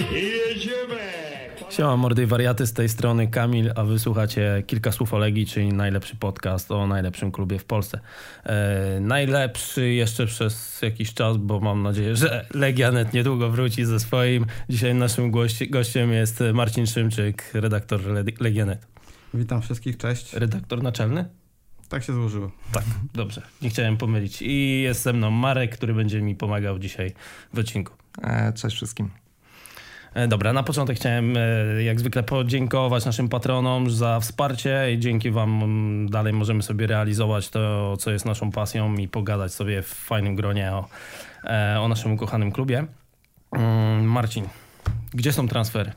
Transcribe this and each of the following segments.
Jedziemy! Siema mordy i wariaty, z tej strony Kamil, a wy słuchacie Kilka Słów o Legii, czyli najlepszy podcast o najlepszym klubie w Polsce. Najlepszy jeszcze przez jakiś czas, bo mam nadzieję, że Legia.net niedługo wróci ze swoim. Dzisiaj naszym gościem jest Marcin Szymczyk, redaktor Legia.net. Witam wszystkich, cześć. Redaktor naczelny? Tak się złożyło. Tak, dobrze. Nie chciałem pomylić. I jest ze mną Marek, który będzie mi pomagał dzisiaj w odcinku. Cześć wszystkim. Dobra, na początek chciałem jak zwykle podziękować naszym patronom za wsparcie i dzięki wam dalej możemy sobie realizować to, co jest naszą pasją i pogadać sobie w fajnym gronie o naszym ukochanym klubie. Marcin, gdzie są transfery?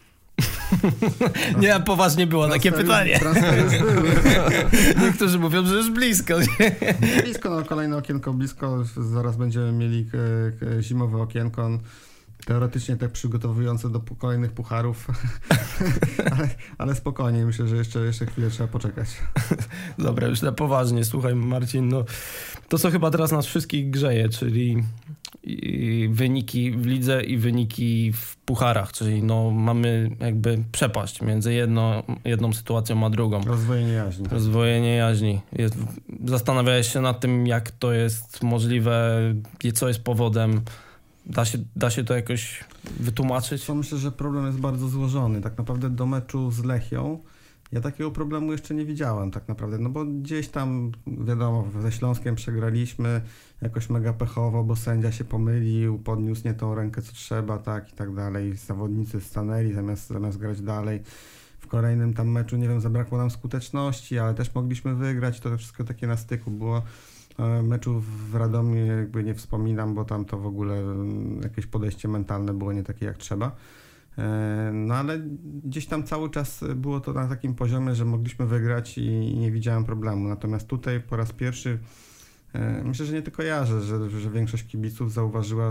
Nie, poważnie było takie pytanie. Transfery już były. Niektórzy mówią, że już blisko. Blisko, no kolejne okienko blisko. Zaraz będziemy mieli zimowe okienko. Teoretycznie tak przygotowujące do kolejnych pucharów, ale spokojnie, myślę, że jeszcze chwilę trzeba poczekać. Dobra, już na poważnie, słuchaj Marcin, no to co chyba teraz nas wszystkich grzeje, czyli wyniki w lidze i wyniki w pucharach, czyli no mamy jakby przepaść między jedną sytuacją a drugą. Rozdwojenie jaźni. Rozwojenie jaźni. Zastanawiałeś się nad tym, jak to jest możliwe i co jest powodem. Da się to jakoś wytłumaczyć? Myślę, że problem jest bardzo złożony. Tak naprawdę do meczu z Lechią ja takiego problemu jeszcze nie widziałem tak naprawdę, no bo gdzieś tam, wiadomo, ze Śląskiem przegraliśmy jakoś mega pechowo, bo sędzia się pomylił, podniósł nie tą rękę co trzeba, tak i tak dalej. Zawodnicy stanęli zamiast grać dalej. W kolejnym tam meczu, nie wiem, zabrakło nam skuteczności, ale też mogliśmy wygrać. To wszystko takie na styku było. Meczu w Radomiu jakby nie wspominam, bo tam to w ogóle jakieś podejście mentalne było nie takie jak trzeba. No ale gdzieś tam cały czas było to na takim poziomie, że mogliśmy wygrać i nie widziałem problemu. Natomiast tutaj po raz pierwszy, myślę, że nie tylko ja, że większość kibiców zauważyła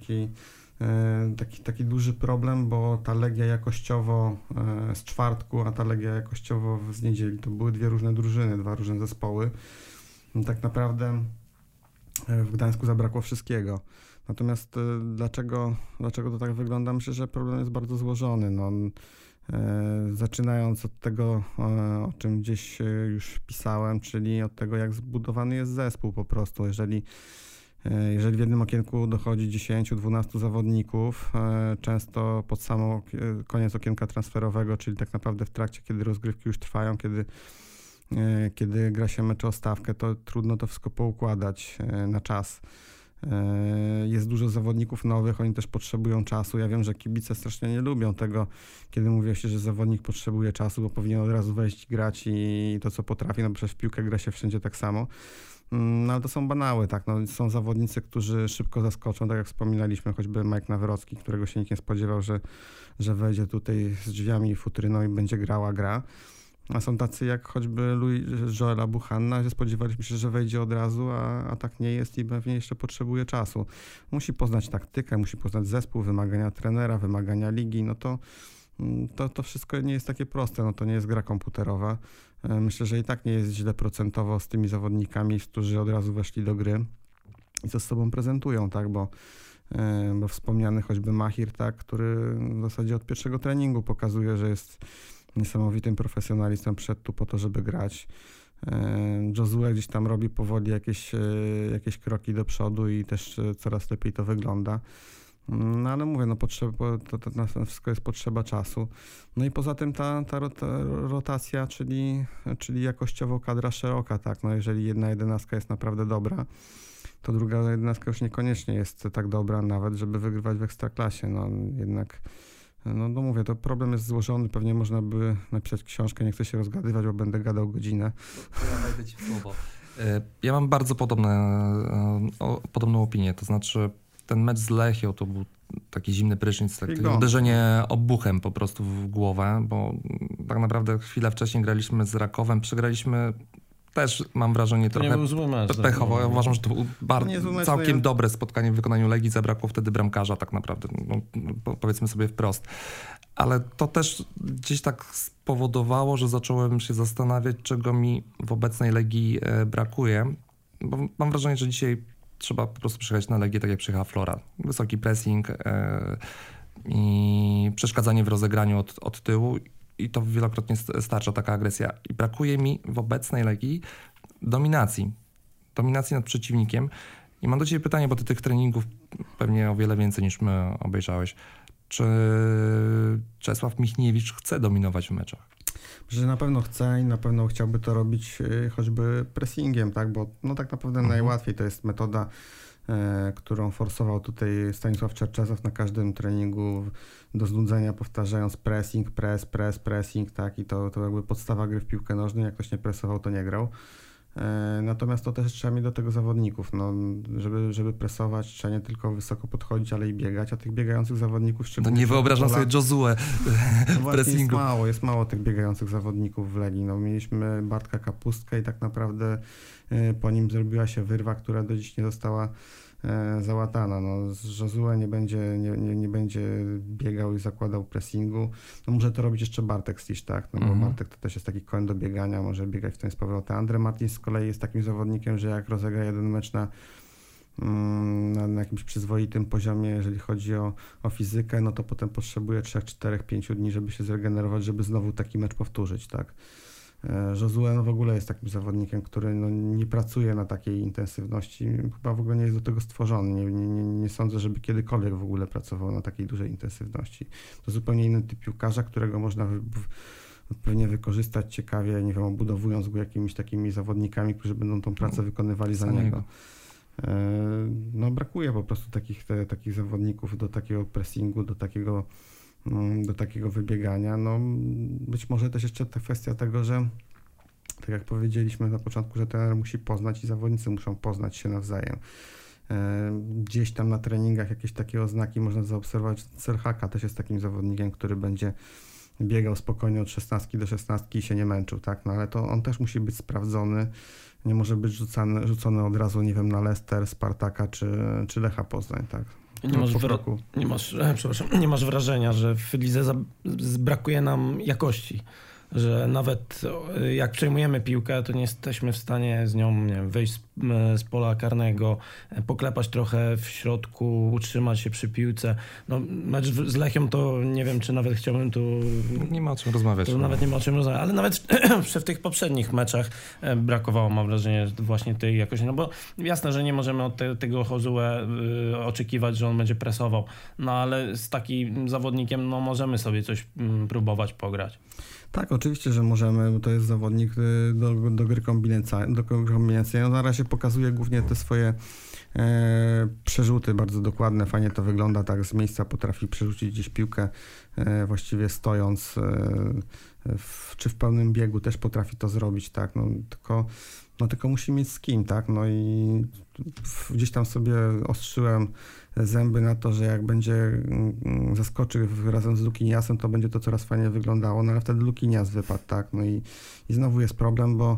taki duży problem, bo ta Legia jakościowo z czwartku, a ta Legia jakościowo z niedzieli, to były dwie różne drużyny, dwa różne zespoły. Tak naprawdę w Gdańsku zabrakło wszystkiego. Natomiast dlaczego to tak wygląda? Myślę, że problem jest bardzo złożony. No, zaczynając od tego, o czym gdzieś już pisałem, czyli od tego, jak zbudowany jest zespół po prostu. Jeżeli w jednym okienku dochodzi 10-12 zawodników, często pod sam koniec okienka transferowego, czyli tak naprawdę w trakcie, kiedy rozgrywki już trwają, kiedy gra się mecze o stawkę, to trudno to wszystko poukładać na czas. Jest dużo zawodników nowych, oni też potrzebują czasu. Ja wiem, że kibice strasznie nie lubią tego, kiedy mówi się, że zawodnik potrzebuje czasu, bo powinien od razu wejść, grać i to, co potrafi, no bo przecież w piłkę gra się wszędzie tak samo. No ale to są banały, tak. No, są zawodnicy, którzy szybko zaskoczą, tak jak wspominaliśmy, choćby Mike Nawrocki, którego się nikt nie spodziewał, że wejdzie tutaj z drzwiami futryną i będzie grała gra. A są tacy jak choćby Joela Buchanna, że spodziewaliśmy się, że wejdzie od razu, a tak nie jest i pewnie jeszcze potrzebuje czasu. Musi poznać taktykę, musi poznać zespół, wymagania trenera, wymagania ligi, no to wszystko nie jest takie proste, no to nie jest gra komputerowa. Myślę, że i tak nie jest źle procentowo z tymi zawodnikami, którzy od razu weszli do gry i co z sobą prezentują, tak, bo wspomniany choćby Mahir, tak, który w zasadzie od pierwszego treningu pokazuje, że jest niesamowitym profesjonalistą, przyszedł tu po to, żeby grać. Josue gdzieś tam robi powoli jakieś kroki do przodu i też coraz lepiej to wygląda. No ale mówię, no to na wszystko jest potrzeba czasu. No i poza tym ta rotacja, czyli jakościowo kadra szeroka, tak. No jeżeli jedna jedenastka jest naprawdę dobra, to druga jedenastka już niekoniecznie jest tak dobra nawet, żeby wygrywać w Ekstraklasie. No jednak no mówię, to problem jest złożony, pewnie można by napisać książkę, nie chcę się rozgadywać, bo będę gadał godzinę. To ja wejdę ci w słowo. Ja mam bardzo podobną opinię, to znaczy ten mecz z Lechią to był taki zimny prysznic, takie uderzenie obuchem po prostu w głowę, bo tak naprawdę chwilę wcześniej graliśmy z Rakowem, przegraliśmy też, mam wrażenie, to trochę nie był zły mecz, pechowo. Ja uważam, że to było całkiem dobre spotkanie w wykonaniu Legii, zabrakło wtedy bramkarza tak naprawdę, no, powiedzmy sobie wprost. Ale to też gdzieś tak spowodowało, że zacząłem się zastanawiać, czego mi w obecnej Legii brakuje, bo mam wrażenie, że dzisiaj trzeba po prostu przyjechać na Legię tak jak przyjechała Flora. Wysoki pressing, i przeszkadzanie w rozegraniu od tyłu i to wielokrotnie starcza taka agresja. I brakuje mi w obecnej Legii dominacji nad przeciwnikiem. I mam do ciebie pytanie, bo ty tych treningów pewnie o wiele więcej niż my obejrzałeś. Czy Czesław Michniewicz chce dominować w meczach? Że na pewno chce i na pewno chciałby to robić choćby pressingiem, tak? Bo no tak naprawdę najłatwiej to jest metoda, którą forsował tutaj Stanisław Czerczezow na każdym treningu do znudzenia, powtarzając pressing, pressing, tak? I to jakby podstawa gry w piłkę nożną. Jak ktoś nie presował, to nie grał. Natomiast to też trzeba mieć do tego zawodników. No, żeby presować, trzeba nie tylko wysoko podchodzić, ale i biegać, a tych biegających zawodników szczególnie... No nie wyobrażam sobie Josué w pressingu. Jest mało tych biegających zawodników w Legii. No, mieliśmy Bartka Kapustkę i tak naprawdę po nim zrobiła się wyrwa, która do dziś nie została załatana. No, Josué nie będzie biegał i zakładał pressingu. No, może to robić jeszcze Bartek Stisz, tak? No, bo Bartek to też jest taki koń do biegania, może biegać w ten z powrotem. Andre Martins z kolei jest takim zawodnikiem, że jak rozegra jeden mecz na jakimś przyzwoitym poziomie, jeżeli chodzi o fizykę, no to potem potrzebuje 3, 4, 5 dni, żeby się zregenerować, żeby znowu taki mecz powtórzyć, tak? Josué no w ogóle jest takim zawodnikiem, który no nie pracuje na takiej intensywności, chyba w ogóle nie jest do tego stworzony. Nie sądzę, żeby kiedykolwiek w ogóle pracował na takiej dużej intensywności. To zupełnie inny typ piłkarza, którego można pewnie wykorzystać ciekawie, nie wiem, obudowując go jakimiś takimi zawodnikami, którzy będą tą pracę wykonywali za niego. No brakuje po prostu takich zawodników do takiego pressingu, do takiego wybiegania. No, być może też jeszcze ta kwestia tego, że tak jak powiedzieliśmy na początku, że trener musi poznać i zawodnicy muszą poznać się nawzajem. Gdzieś tam na treningach jakieś takie oznaki można zaobserwować. Serhaka też jest takim zawodnikiem, który będzie biegał spokojnie od 16 do 16 i się nie męczył, tak? No ale to on też musi być sprawdzony. Nie może być rzucony od razu, nie wiem, na Leicester, Spartaka czy Lecha Poznań, tak? Nie masz wrażenia, że w lidze brakuje nam jakości, że nawet jak przejmujemy piłkę, to nie jesteśmy w stanie z nią, nie wiem, wyjść z pola karnego, poklepać trochę w środku, utrzymać się przy piłce. No, mecz z Lechią to nie wiem, czy nawet chciałbym tu... Nie ma o czym rozmawiać. Nawet nie ma o czym rozmawiać, ale nawet w tych poprzednich meczach brakowało, mam wrażenie, właśnie tej jakości. No bo jasne, że nie możemy od tego Josué oczekiwać, że on będzie presował, no ale z takim zawodnikiem no możemy sobie coś próbować pograć. Tak, oczywiście, że możemy, bo to jest zawodnik do gry kombinacyjnej. On na razie pokazuje głównie te swoje przerzuty bardzo dokładne, fajnie to wygląda, tak z miejsca potrafi przerzucić gdzieś piłkę, właściwie stojąc, czy w pełnym biegu też potrafi to zrobić, tak, tylko musi mieć z kim, tak, no i gdzieś tam sobie ostrzyłem zęby na to, że jak będzie zaskoczy razem z Lukiniasem, to będzie to coraz fajniej wyglądało, no ale wtedy Lukinias wypadł, tak, no i znowu jest problem, bo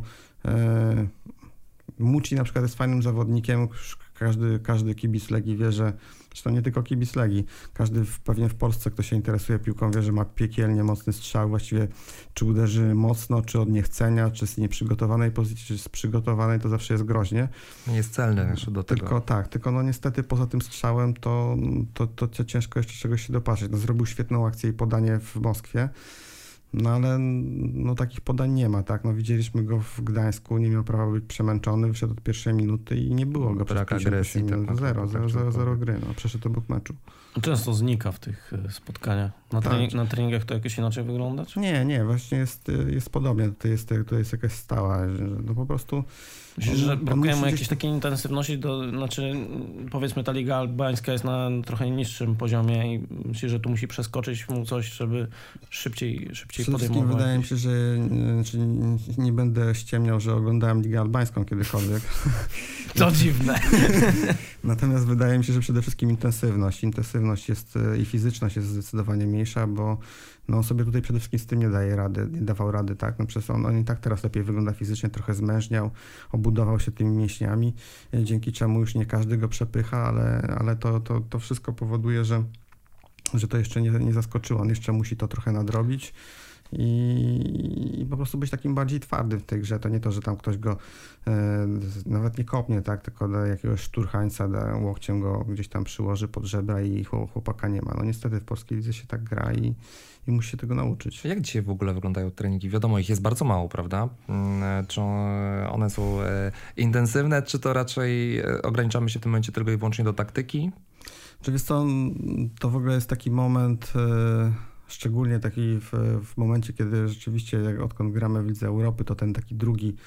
Muci na przykład jest fajnym zawodnikiem, każdy kibic Legii wie, że zresztą nie tylko kibic Legii, każdy pewnie w Polsce, kto się interesuje piłką, wie, że ma piekielnie mocny strzał, właściwie czy uderzy mocno, czy od niechcenia, czy z nieprzygotowanej pozycji, czy z przygotowanej, to zawsze jest groźnie. Nie jest celny jeszcze do tego. Tylko no niestety poza tym strzałem to ciężko jeszcze czegoś się dopatrzeć. No, zrobił świetną akcję i podanie w Moskwie, no ale no, takich podań nie ma, tak? No, widzieliśmy go w Gdańsku, nie miał prawa być przemęczony, wyszedł od pierwszej minuty i nie było go przez 58 minut. Zero gry, no, przeszedł obok meczu. Często znika w tych spotkaniach. Na treningach to jakoś inaczej wygląda? Czy? Nie, właśnie jest podobnie. To jest jakaś stała, że no po prostu... Myślisz, że brakuje mu jakiejś takiej intensywności? Znaczy, powiedzmy, ta liga albańska jest na trochę niższym poziomie i myślisz, że tu musi przeskoczyć mu coś, żeby szybciej podejmować? Wydaje mi się, że nie będę ściemniał, że oglądałem ligę albańską kiedykolwiek. To dziwne. Natomiast wydaje mi się, że przede wszystkim intensywność. Intensywność jest i fizyczność jest zdecydowanie mniejsza, bo no on sobie tutaj przede wszystkim z tym nie dawał rady, tak? No przez on i tak teraz lepiej wygląda fizycznie, trochę zmężniał, obudował się tymi mięśniami, dzięki czemu już nie każdy go przepycha, ale to wszystko powoduje, że to jeszcze nie zaskoczyło. On jeszcze musi to trochę nadrobić i po prostu być takim bardziej twardym w tej grze. To nie to, że tam ktoś go nawet nie kopnie, tak, tylko do jakiegoś szturchańca, łokciem go gdzieś tam przyłoży pod żebra i chłopaka nie ma. No niestety w polskiej lidze się tak gra i musi się tego nauczyć. Jak dzisiaj w ogóle wyglądają treningi? Wiadomo, ich jest bardzo mało, prawda? Czy one są intensywne, czy to raczej ograniczamy się w tym momencie tylko i wyłącznie do taktyki? Czy wiesz co, to w ogóle jest taki moment, szczególnie taki w momencie, kiedy rzeczywiście, odkąd gramy w Lidze Europy, to ten taki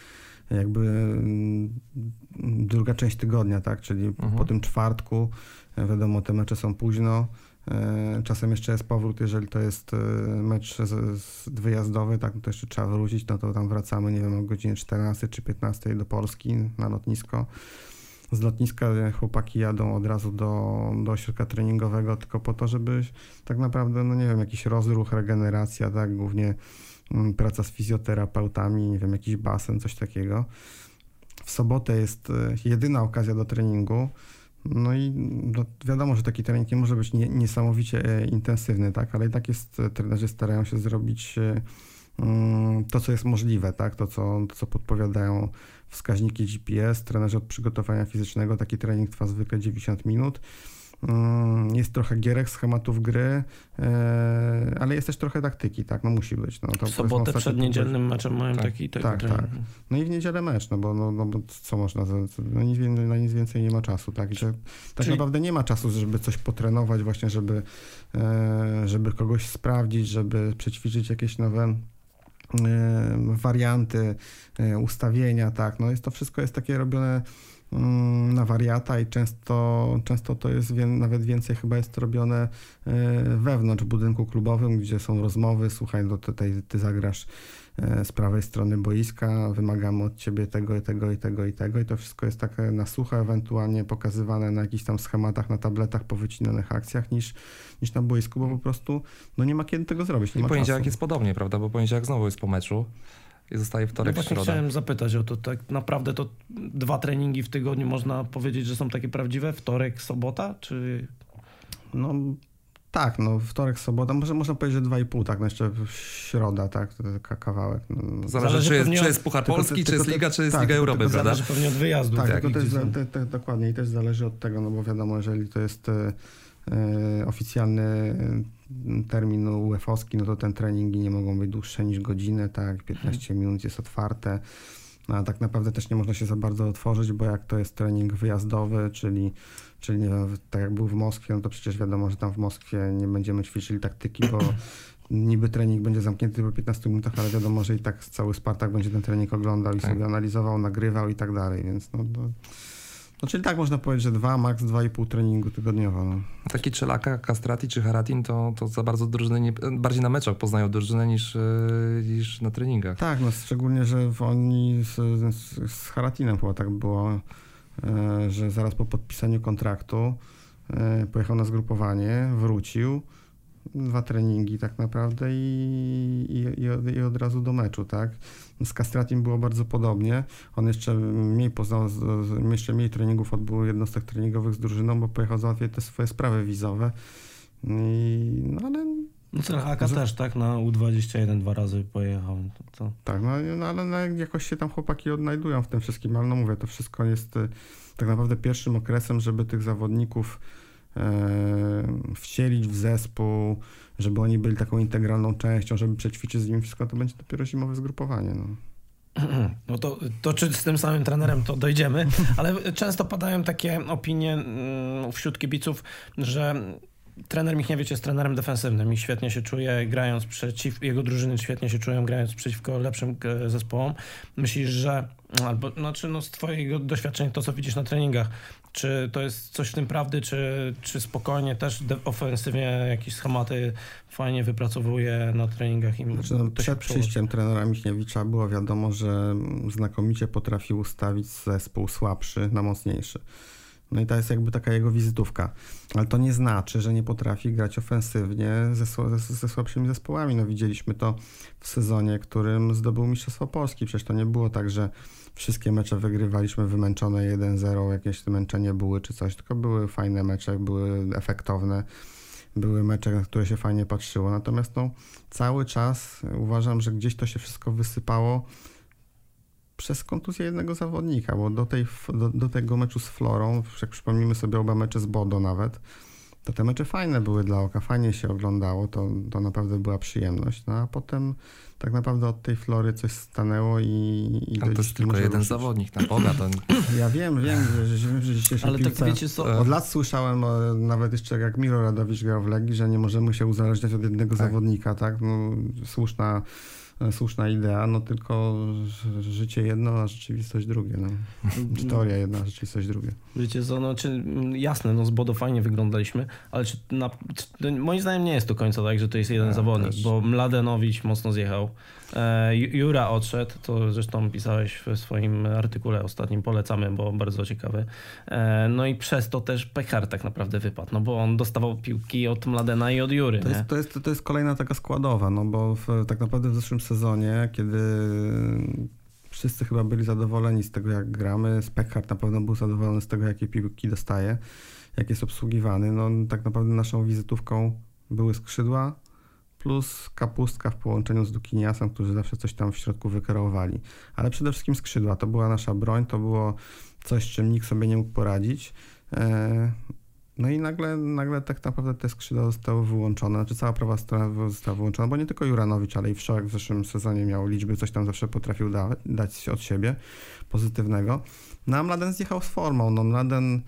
druga część tygodnia, tak? Czyli po tym czwartku, wiadomo, te mecze są późno. Czasem jeszcze jest powrót, jeżeli to jest mecz wyjazdowy, tak, to jeszcze trzeba wrócić, no to tam wracamy, nie wiem, o godzinie 14 czy 15 do Polski na lotnisko. Z lotniska chłopaki jadą od razu do ośrodka treningowego tylko po to, żeby tak naprawdę, no nie wiem, jakiś rozruch, regeneracja, tak, głównie praca z fizjoterapeutami, nie wiem, jakiś basen, coś takiego. W sobotę jest jedyna okazja do treningu. No i wiadomo, że taki trening nie może być niesamowicie intensywny, tak, ale i tak trenerzy starają się zrobić to, co jest możliwe, tak, to, co podpowiadają wskaźniki GPS. Trenerzy od przygotowania fizycznego, taki trening trwa zwykle 90 minut. Jest trochę gierek, schematów gry, ale jest też trochę taktyki, tak, no musi być. No, to w sobotę przed niedzielnym meczem mają taki trening. Tak. No i w niedzielę mecz, no bo co można, na nic więcej nie ma czasu, tak, i tak naprawdę nie ma czasu, żeby coś potrenować właśnie, żeby kogoś sprawdzić, żeby przećwiczyć jakieś nowe warianty, ustawienia, tak, no to wszystko jest takie robione na wariata i często to jest nawet więcej chyba jest robione wewnątrz w budynku klubowym, gdzie są rozmowy, słuchaj, tutaj ty zagrasz z prawej strony boiska, wymagamy od ciebie tego i to wszystko jest takie na sucho, ewentualnie pokazywane na jakichś tam schematach, na tabletach, po wycinanych akcjach niż na boisku, bo po prostu no nie ma kiedy tego zrobić, nie ma poniedziałek czasu. jest podobnie, prawda, bo poniedziałek znowu jest po meczu i zostaje wtorek, właśnie środa. Chciałem zapytać o to, tak naprawdę to 2 treningi w tygodniu można powiedzieć, że są takie prawdziwe? Wtorek, sobota, czy... No tak, no wtorek, sobota, może można powiedzieć, że 2,5, tak, no jeszcze środa, tak, to kawałek. No. Zależy czy jest Puchar Polski, czy jest Liga, czy jest Liga Europy, prawda? Zależy pewnie od wyjazdu. Tak, dokładnie i też zależy od tego, no bo wiadomo, jeżeli to jest oficjalny termin UEFA-owski, no to ten treningi nie mogą być dłuższe niż godzinę, tak, 15 minut jest otwarte, a tak naprawdę też nie można się za bardzo otworzyć, bo jak to jest trening wyjazdowy, czyli nie wiem, tak jak był w Moskwie, no to przecież wiadomo, że tam w Moskwie nie będziemy ćwiczyli taktyki, bo niby trening będzie zamknięty po 15 minutach, ale wiadomo, że i tak cały Spartak będzie ten trening oglądał i sobie analizował, nagrywał i tak dalej, więc no czyli tak można powiedzieć, że 2, max 2,5 treningu tygodniowo. No. Taki Czelaka, Castrati czy Haratin to za bardzo drużyny bardziej na meczach poznają drużynę niż na treningach. Tak, no szczególnie, że oni z Haratinem chyba tak było, że zaraz po podpisaniu kontraktu pojechał na zgrupowanie, wrócił, 2 treningi tak naprawdę i od razu do meczu, tak. Z Castratim było bardzo podobnie. On jeszcze mniej treningów odbył jednostek treningowych z drużyną, bo pojechał załatwiać te swoje sprawy wizowe. Ale... No Celhaka też, tak, na U21 2 razy pojechał. To. Tak, ale jakoś się tam chłopaki odnajdują w tym wszystkim, ale no mówię, to wszystko jest tak naprawdę pierwszym okresem, żeby tych zawodników wcielić w zespół, żeby oni byli taką integralną częścią, żeby przećwiczyć z nimi wszystko, to będzie dopiero zimowe zgrupowanie. No to czy z tym samym trenerem to dojdziemy, ale często padają takie opinie wśród kibiców, że trener Michniewicz jest trenerem defensywnym i świetnie się czuje grając jego drużyny świetnie się czują grając przeciwko lepszym zespołom. Myślisz, że z twojego doświadczenia, to co widzisz na treningach, czy to jest coś w tym prawdy, czy spokojnie też ofensywnie jakieś schematy fajnie wypracowuje na treningach? Przed przyjściem trenera Michniewicza było wiadomo, że znakomicie potrafi ustawić zespół słabszy na mocniejszy. No i to jest jakby taka jego wizytówka. Ale to nie znaczy, że nie potrafi grać ofensywnie ze słabszymi zespołami. No widzieliśmy to w sezonie, którym zdobył Mistrzostwo Polski. Przecież to nie było tak, że wszystkie mecze wygrywaliśmy wymęczone 1-0, jakieś zmęczenie były czy coś, tylko były fajne mecze, były efektowne. były mecze, na które się fajnie patrzyło. Natomiast cały czas uważam, że gdzieś to się wszystko wysypało przez kontuzję jednego zawodnika, bo do tego meczu z Florą, jak przypomnimy sobie oba mecze z Bodo nawet, to te mecze fajne były dla oka, fajnie się oglądało, to naprawdę była przyjemność. No a potem tak naprawdę od tej Flory coś stanęło i to jest tylko jeden zawodnik na Boga. To... Ja wiem, że dzisiejsza ale piłce, tak wiecie co? Od lat słyszałem, nawet jeszcze jak Miro Radowicz grał w Legii, że nie możemy się uzależniać od jednego zawodnika, tak? No, słuszna idea, no tylko życie jedno, a rzeczywistość drugie. No. Teoria jedna, a rzeczywistość drugie. Wiecie co, jasne, z Bodo fajnie wyglądaliśmy, ale moim zdaniem nie jest do końca tak, że to jest jeden zawodnik, bo Mladenowicz mocno zjechał. Jura odszedł, to zresztą pisałeś w swoim artykule ostatnim, polecamy, bo bardzo ciekawy. No i przez to też Pechar tak naprawdę wypadł, no bo on dostawał piłki od Mladena i od Jury. To jest kolejna taka składowa, no bo tak naprawdę w zeszłym sezonie, kiedy wszyscy chyba byli zadowoleni z tego, jak gramy, Pechar na pewno był zadowolony z tego, jakie piłki dostaje, jak jest obsługiwany, no tak naprawdę naszą wizytówką były skrzydła, plus Kapustka w połączeniu z Dukiniasem, którzy zawsze coś tam w środku wykreowali. Ale przede wszystkim skrzydła. To była nasza broń, to było coś, z czym nikt sobie nie mógł poradzić. No i nagle tak naprawdę te skrzydła zostały wyłączone. Znaczy cała prawa strona została wyłączona, bo nie tylko Juranowicz, ale i Wszołek w zeszłym sezonie miał liczby, coś tam zawsze potrafił dać od siebie pozytywnego. No a Mladen zjechał z formą. No Mladen,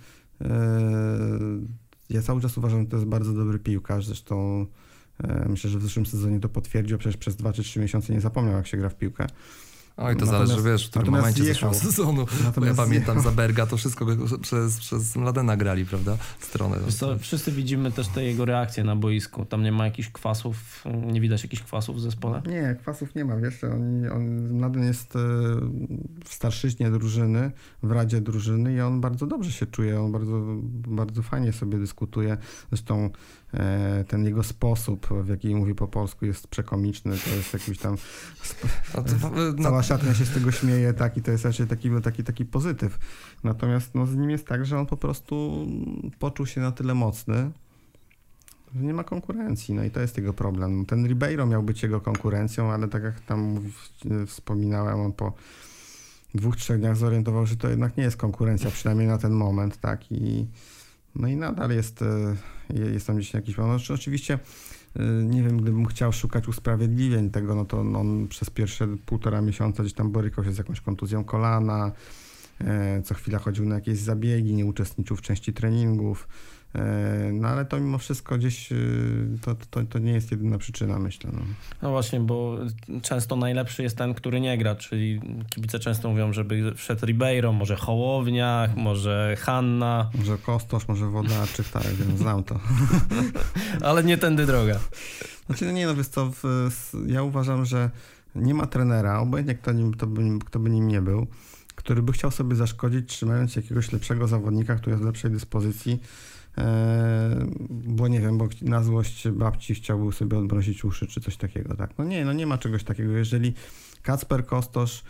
ja cały czas uważam, że to jest bardzo dobry piłkarz. Zresztą myślę, że w zeszłym sezonie to potwierdził, przecież przez 2 czy 3 miesiące nie zapomniał, jak się gra w piłkę. Oj, to zależy, wiesz, w którym momencie zeszłego sezonu. Bo ja pamiętam za Berga, to wszystko przez Mladena grali, prawda? Stronę. Wszyscy widzimy też te jego reakcje na boisku. Tam nie ma jakichś kwasów, nie widać jakichś kwasów w zespole? Nie, kwasów nie ma, wiesz, Mladen jest w starszyźnie drużyny, w radzie drużyny i on bardzo dobrze się czuje, on bardzo, bardzo fajnie sobie dyskutuje. Zresztą ten jego sposób, w jaki mówi po polsku, jest przekomiczny, to jest jakiś tam... Cała szatnia się z tego śmieje, tak, i to jest raczej taki pozytyw. Natomiast z nim jest tak, że on po prostu poczuł się na tyle mocny, że nie ma konkurencji, no i to jest jego problem. Ten Ribeiro miał być jego konkurencją, ale tak jak tam wspominałem, on po 2-3 dniach zorientował, że to jednak nie jest konkurencja, przynajmniej na ten moment, tak, i nadal jest tam gdzieś jakiś problem. No, oczywiście nie wiem, gdybym chciał szukać usprawiedliwień tego, no to on przez pierwsze 1,5 miesiąca gdzieś tam borykał się z jakąś kontuzją kolana, co chwila chodził na jakieś zabiegi, nie uczestniczył w części treningów, no ale to mimo wszystko gdzieś to nie jest jedyna przyczyna, myślę. No właśnie, bo często najlepszy jest ten, który nie gra, czyli kibice często mówią, żeby wszedł Ribeiro, może Hołowniak, może Hanna. Może Kostosz, może Wodarczyk, tak, wiem, znam to. Ale nie tędy droga. Znaczy, wiesz co, ja uważam, że nie ma trenera, obojętnie kto by nim nie był, który by chciał sobie zaszkodzić, trzymając jakiegoś lepszego zawodnika, który jest w lepszej dyspozycji, bo nie wiem, bo na złość babci chciałby sobie odmrozić uszy, czy coś takiego, tak? Nie ma czegoś takiego. Jeżeli Kacper Kostosz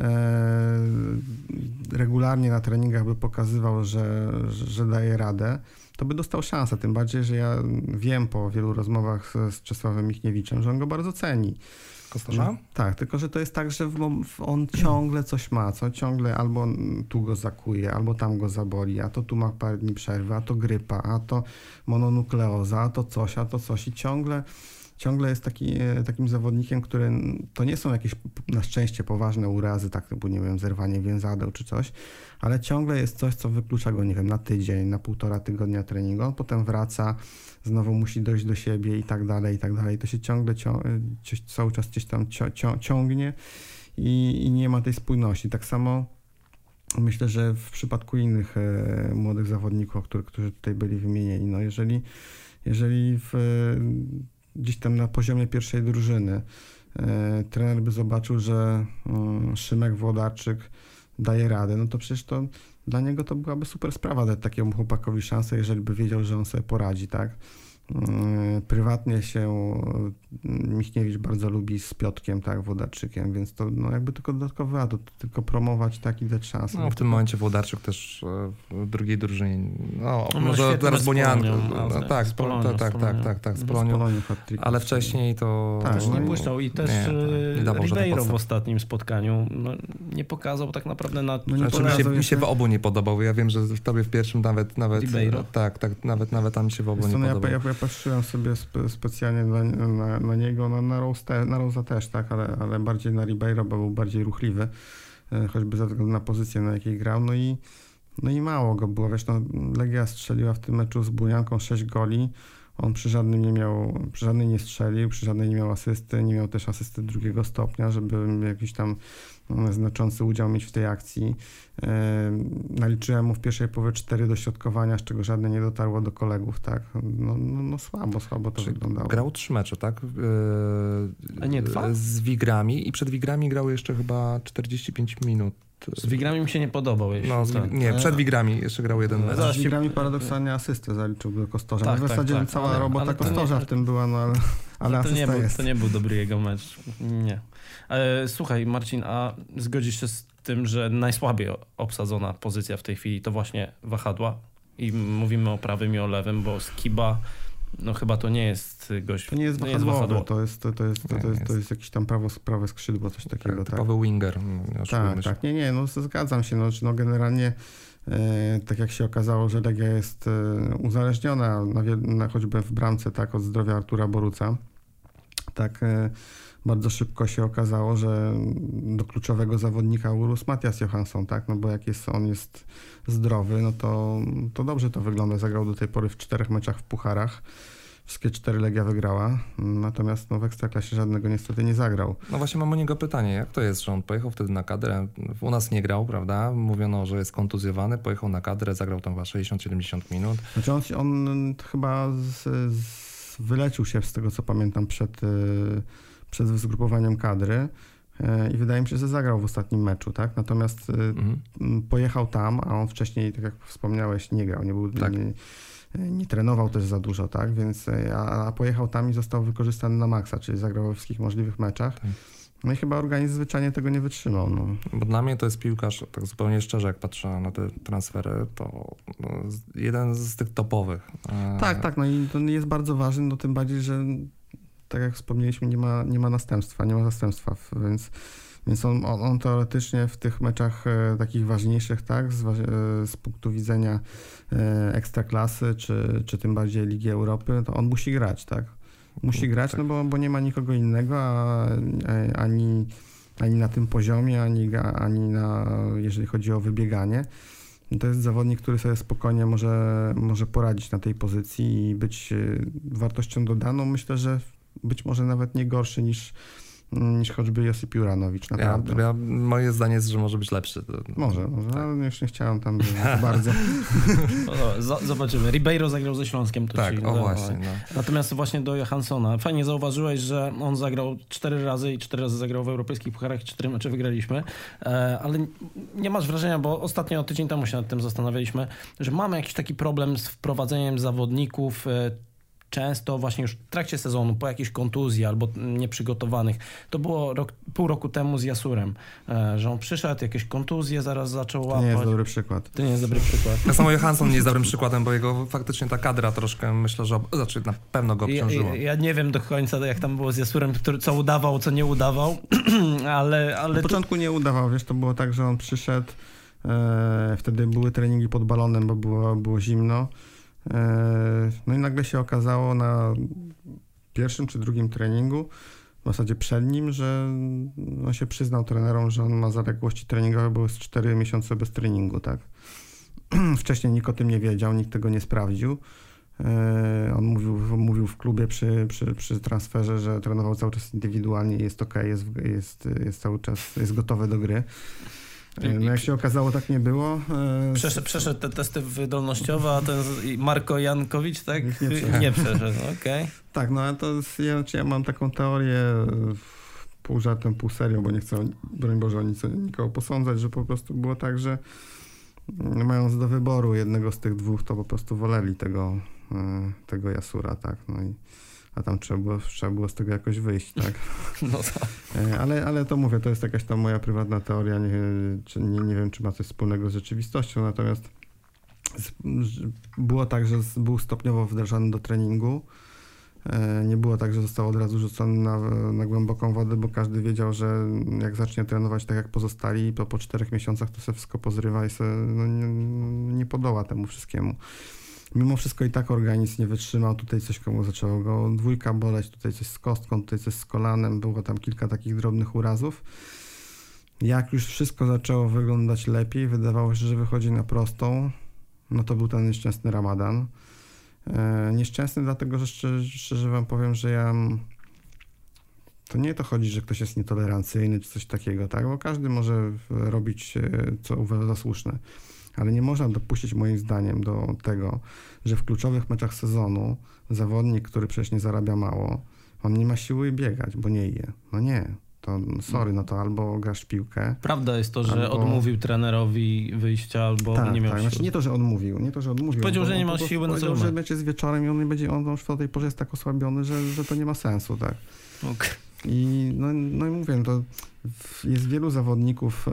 regularnie na treningach by pokazywał, że daje radę, to by dostał szansę, tym bardziej, że ja wiem po wielu rozmowach z Czesławem Michniewiczem, że on go bardzo ceni. Kostosza? Tak, tylko że to jest tak, że on ciągle coś ma, ciągle albo tu go zakuje, albo tam go zaboli, a to tu ma parę dni przerwy, a to grypa, a to mononukleoza, a to coś i ciągle jest takim zawodnikiem, który to nie są jakieś na szczęście poważne urazy, tak typu, nie wiem, zerwanie więzadeł czy coś, ale ciągle jest coś, co wyklucza go, nie wiem, na tydzień, na 1,5 tygodnia treningu, on potem wraca, znowu musi dojść do siebie i tak dalej, to się ciągle cały czas gdzieś tam ciągnie i nie ma tej spójności. Tak samo myślę, że w przypadku innych młodych zawodników, którzy tutaj byli wymienieni, no jeżeli gdzieś tam na poziomie pierwszej drużyny trener by zobaczył, że Szymek Włodarczyk daje radę, no to przecież to dla niego to byłaby super sprawa dać takiemu chłopakowi szansę, jeżeli by wiedział, że on sobie poradzi, tak? Prywatnie się Michniewicz bardzo lubi z Piotrkiem, tak, Włodarczykiem, więc to jakby tylko dodatkowy atut, tylko promować i dać szansę. No w tym momencie Włodarczyk też w drugiej drużynie, może teraz Bonian, tak, z Polonią, ale wcześniej to... Też nie błyszczał i też Ribeiro w ostatnim spotkaniu nie pokazał tak naprawdę na... mi się w obu nie podobał, ja wiem, że w tobie w pierwszym nawet Ribeiro. Tak, nawet tam mi się w obu nie podobał. Ja patrzyłem sobie specjalnie na niego, na Rose'a też, tak, ale bardziej na Ribeiro, bo był bardziej ruchliwy, choćby ze względu na pozycję, na jakiej grał, no i mało go było, wiesz, Legia strzeliła w tym meczu z Bunianką 6 goli, on przy żadnej nie strzelił, przy żadnej nie miał asysty, nie miał też asysty drugiego stopnia, żeby jakiś tam znaczący udział mieć w tej akcji. Naliczyłem mu w pierwszej połowie 4 dośrodkowania, z czego żadne nie dotarło do kolegów, tak? Słabo to wyglądało. Grał 3 mecze, tak? A nie 2? Z Wigrami i przed Wigrami grał jeszcze chyba 45 minut. Z Wigrami mi się nie podobał. Przed Wigrami jeszcze grał 1 mecz. Z Wigrami paradoksalnie asystę zaliczył do Kostorza. Tak, w zasadzie cała robota Kostorza w tym była, ale asysta jest. To nie był dobry jego mecz. Nie. Słuchaj, Marcin, a zgodzisz się z tym, że najsłabiej obsadzona pozycja w tej chwili to właśnie wahadła? I mówimy o prawym i o lewym, bo Skiba chyba to nie jest gość. To nie jest wahadło. To jest jakiś tam prawe skrzydło, coś takiego. Typowy winger. Tak. Nie, zgadzam się. Generalnie tak jak się okazało, że Legia jest uzależniona choćby w bramce tak od zdrowia Artura Boruca. Tak bardzo szybko się okazało, że do kluczowego zawodnika urósł Mathias Johansson, tak? Bo jak on jest zdrowy, to dobrze to wygląda. Zagrał do tej pory w 4 meczach w pucharach. Wszystkie 4 Legia wygrała, natomiast w Ekstraklasie żadnego niestety nie zagrał. No właśnie mam o niego pytanie, jak to jest, że on pojechał wtedy na kadrę, u nas nie grał, prawda? Mówiono, że jest kontuzjowany, pojechał na kadrę, zagrał tam 60-70 minut. Znaczy on chyba wylecił się z tego, co pamiętam, przed zgrupowaniem kadry i wydaje mi się, że zagrał w ostatnim meczu, tak? Natomiast pojechał tam, a on wcześniej, tak jak wspomniałeś, nie grał, nie był... Tak. Nie trenował też za dużo, tak? Więc a pojechał tam i został wykorzystany na maksa, czyli zagrał we wszystkich możliwych meczach. Tak. No i chyba organizm zwyczajnie tego nie wytrzymał. Bo dla mnie to jest piłkarz, tak zupełnie szczerze, jak patrzę na te transfery, to jeden z tych topowych. Tak. I to jest bardzo ważny, tym bardziej, że tak jak wspomnieliśmy, nie ma następstwa, nie ma zastępstwa, więc on teoretycznie w tych meczach takich ważniejszych, tak, z punktu widzenia Ekstraklasy, czy tym bardziej Ligi Europy, to on musi grać, tak? Musi grać, tak. Bo nie ma nikogo innego, ani na tym poziomie, ani jeżeli chodzi o wybieganie. To jest zawodnik, który sobie spokojnie może poradzić na tej pozycji i być wartością dodaną. Myślę, że być może nawet nie gorszy niż choćby Josip Juranowicz, naprawdę. Moje zdanie jest, że może być lepszy. Może, ale już nie chciałem tam bardzo. Zobaczymy. Ribeiro zagrał ze Śląskiem. Właśnie. Natomiast właśnie do Johanssona. Fajnie zauważyłeś, że on zagrał 4 razy i 4 razy zagrał w europejskich pucharach i 4 mecze wygraliśmy. Ale nie masz wrażenia, bo ostatnio tydzień temu się nad tym zastanawialiśmy, że mamy jakiś taki problem z wprowadzeniem zawodników często właśnie już w trakcie sezonu, po jakiejś kontuzji albo nieprzygotowanych. To było pół roku temu z Jasurem, że on przyszedł, jakieś kontuzje zaraz zaczął łapać. To nie jest dobry przykład. To nie jest dobry przykład. Tak samo Johansson nie jest dobrym przykładem, bo jego faktycznie ta kadra troszkę, myślę, że na pewno go obciążyła. Ja nie wiem do końca, jak tam było z Jasurem, co udawał, co nie udawał, ale na początku nie udawał, wiesz, to było tak, że on przyszedł, wtedy były treningi pod balonem, bo było zimno. No i nagle się okazało na pierwszym czy drugim treningu, w zasadzie przed nim, że on się przyznał trenerom, że on ma zaległości treningowe, bo jest 4 miesiące bez treningu, tak. Wcześniej nikt o tym nie wiedział, nikt tego nie sprawdził. On mówił w klubie przy transferze, że trenował cały czas indywidualnie i jest okej, jest cały czas, jest gotowy do gry. No jak się okazało, tak nie było. Przeszedł te testy wydolnościowe, a ten Marko Jankowicz, tak? Nie przeszedł, okej. Tak, no ale to ja mam taką teorię, pół żartem, pół serią, bo nie chcę, broń Boże, nikogo posądzać, że po prostu było tak, że mając do wyboru jednego z tych dwóch, to po prostu woleli tego tego Jasura, tak, no i a tam trzeba było z tego jakoś wyjść, tak? No tak. Ale to mówię, to jest jakaś tam moja prywatna teoria, nie wiem, czy ma coś wspólnego z rzeczywistością, natomiast było tak, że był stopniowo wdrażany do treningu. Nie było tak, że został od razu rzucony na głęboką wodę, bo każdy wiedział, że jak zacznie trenować tak jak pozostali, to po 4 miesiącach to sobie wszystko pozrywa i nie podoła temu wszystkiemu. Mimo wszystko i tak organizm nie wytrzymał, tutaj coś komu zaczęło go dwójka boleć, tutaj coś z kostką, tutaj coś z kolanem, było tam kilka takich drobnych urazów. Jak już wszystko zaczęło wyglądać lepiej, wydawało się, że wychodzi na prostą, no to był ten nieszczęsny Ramadan. Nieszczęsny dlatego, że szczerze wam powiem, że to nie to chodzi, że ktoś jest nietolerancyjny czy coś takiego, tak? Bo każdy może robić co uważa za słuszne. Ale nie można dopuścić moim zdaniem do tego, że w kluczowych meczach sezonu zawodnik, który przecież nie zarabia mało, on nie ma siły biegać, bo nie je. No nie. To sorry, no to albo grasz w piłkę. Prawda jest to, że odmówił trenerowi wyjścia, albo nie miał siły. Znaczy nie to, że odmówił. Powiedział, że nie ma siły na Powiedział, że mecz jest wieczorem i on już w tej porze jest tak osłabiony, że to nie ma sensu, tak. Okay. I no i mówię, to jest wielu zawodników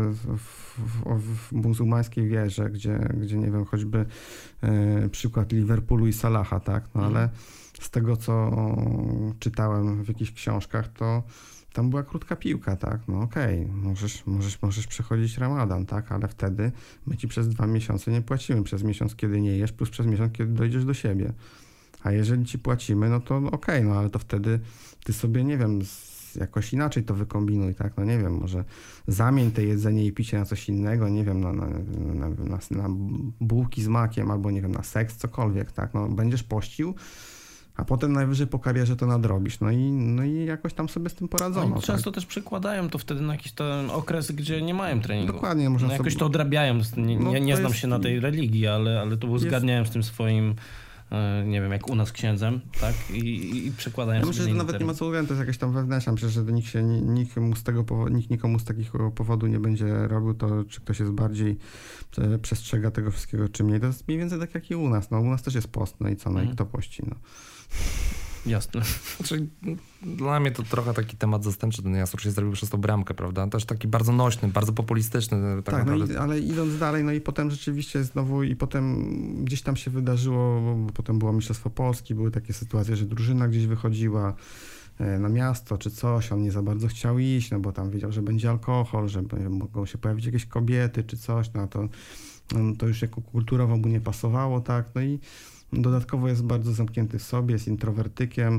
w muzułmańskiej wierze, gdzie nie wiem, choćby przykład Liverpoolu i Salaha, tak, no ale z tego, co czytałem w jakichś książkach, to tam była krótka piłka, tak, no okej, możesz przechodzić Ramadan, tak, ale wtedy my ci przez 2 miesiące nie płacimy, przez miesiąc, kiedy nie jesz, plus przez miesiąc, kiedy dojdziesz do siebie. A jeżeli ci płacimy, no to okej, no ale to wtedy ty sobie, nie wiem, jakoś inaczej to wykombinuj, tak, no nie wiem, może zamień te jedzenie i picie na coś innego, nie wiem, na bułki z makiem, albo nie wiem, na seks, cokolwiek, tak, no będziesz pościł, a potem najwyżej po karierze to nadrobisz, no i jakoś tam sobie z tym poradzono. Oni często też przekładają to wtedy na jakiś ten okres, gdzie nie mają treningu. Dokładnie. Można jakoś sobie to odrabiają, nie znam się na tej religii, ale to uzgadniają z tym swoim, nie wiem, jak u nas księdzem, tak? I przekładają sobie. Myślę, że nawet nie ma co mówić, to jest jakieś tam wewnętrzne. Myślę, że nikt nikomu z takiego powodu nie będzie robił to, czy ktoś jest bardziej przestrzega tego wszystkiego, czy mniej. To jest mniej więcej tak jak i u nas. No, u nas też jest post, no i co? No i kto pości, no. Jasne. Znaczy, dla mnie to trochę taki temat zastępczy, ten Jasur się zrobił przez tą bramkę, prawda? Też taki bardzo nośny, bardzo populistyczny. Tak, no ale idąc dalej, no i potem rzeczywiście znowu i potem gdzieś tam się wydarzyło, bo potem było Mistrzostwo Polski, były takie sytuacje, że drużyna gdzieś wychodziła na miasto czy coś, on nie za bardzo chciał iść, no bo tam wiedział, że będzie alkohol, że mogą się pojawić jakieś kobiety czy coś, no to już jako kulturowo mu nie pasowało, tak, no i dodatkowo jest bardzo zamknięty w sobie, jest introwertykiem,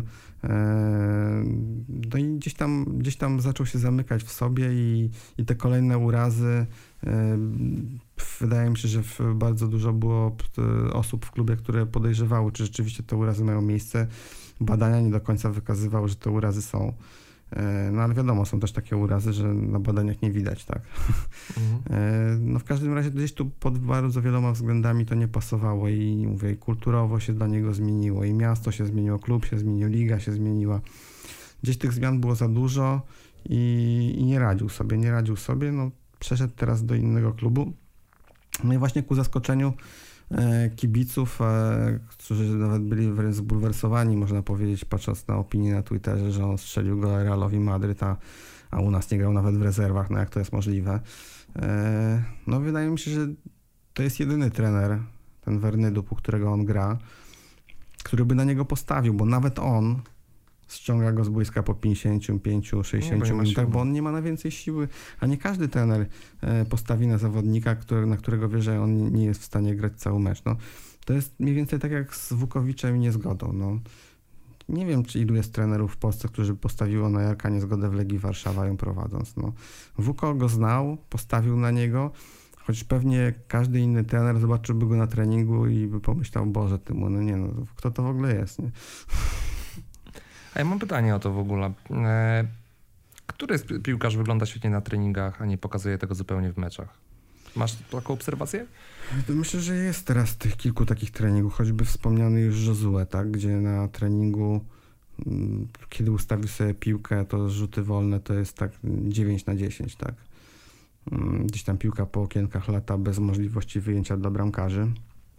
no i gdzieś tam zaczął się zamykać w sobie i te kolejne urazy, wydaje mi się, że bardzo dużo było osób w klubie, które podejrzewały, czy rzeczywiście te urazy mają miejsce. Badania nie do końca wykazywały, że te urazy są. No ale wiadomo, są też takie urazy, że na badaniach nie widać, tak. No w każdym razie gdzieś tu pod bardzo wieloma względami to nie pasowało i mówię, i kulturowo się dla niego zmieniło, i miasto się zmieniło, klub się zmienił, liga się zmieniła. Gdzieś tych zmian było za dużo i nie radził sobie, no przeszedł teraz do innego klubu. No i właśnie ku zaskoczeniu kibiców, którzy nawet byli wręcz zbulwersowani, można powiedzieć, patrząc na opinię na Twitterze, że on strzelił gola Realowi Madryt, a u nas nie grał nawet w rezerwach, no jak to jest możliwe. No wydaje mi się, że to jest jedyny trener, ten Wernydup, u którego on gra, który by na niego postawił, bo nawet on ściąga go z boiska po 55-60 minutach, bo on nie ma na więcej siły, a nie każdy trener postawi na zawodnika, na którego wie, że on nie jest w stanie grać cały mecz. No, to jest mniej więcej tak jak z Wukowiczem i Niezgodą. No, nie wiem, czy ilu jest trenerów w Polsce, którzy postawiło na Jarka Niezgodę w Legii Warszawa ją prowadząc. No, Wuko go znał, postawił na niego, choć pewnie każdy inny trener zobaczyłby go na treningu i by pomyślał, Boże ty mu, no nie no, kto to w ogóle jest, nie? A ja mam pytanie o to w ogóle. Który piłkarz wygląda świetnie na treningach, a nie pokazuje tego zupełnie w meczach? Masz taką obserwację? Myślę, że jest teraz tych kilku takich treningów, choćby wspomniany już Josue, tak, gdzie na treningu, kiedy ustawił sobie piłkę, to rzuty wolne to jest tak 9/10, tak. Gdzieś tam piłka po okienkach lata bez możliwości wyjęcia dla bramkarzy.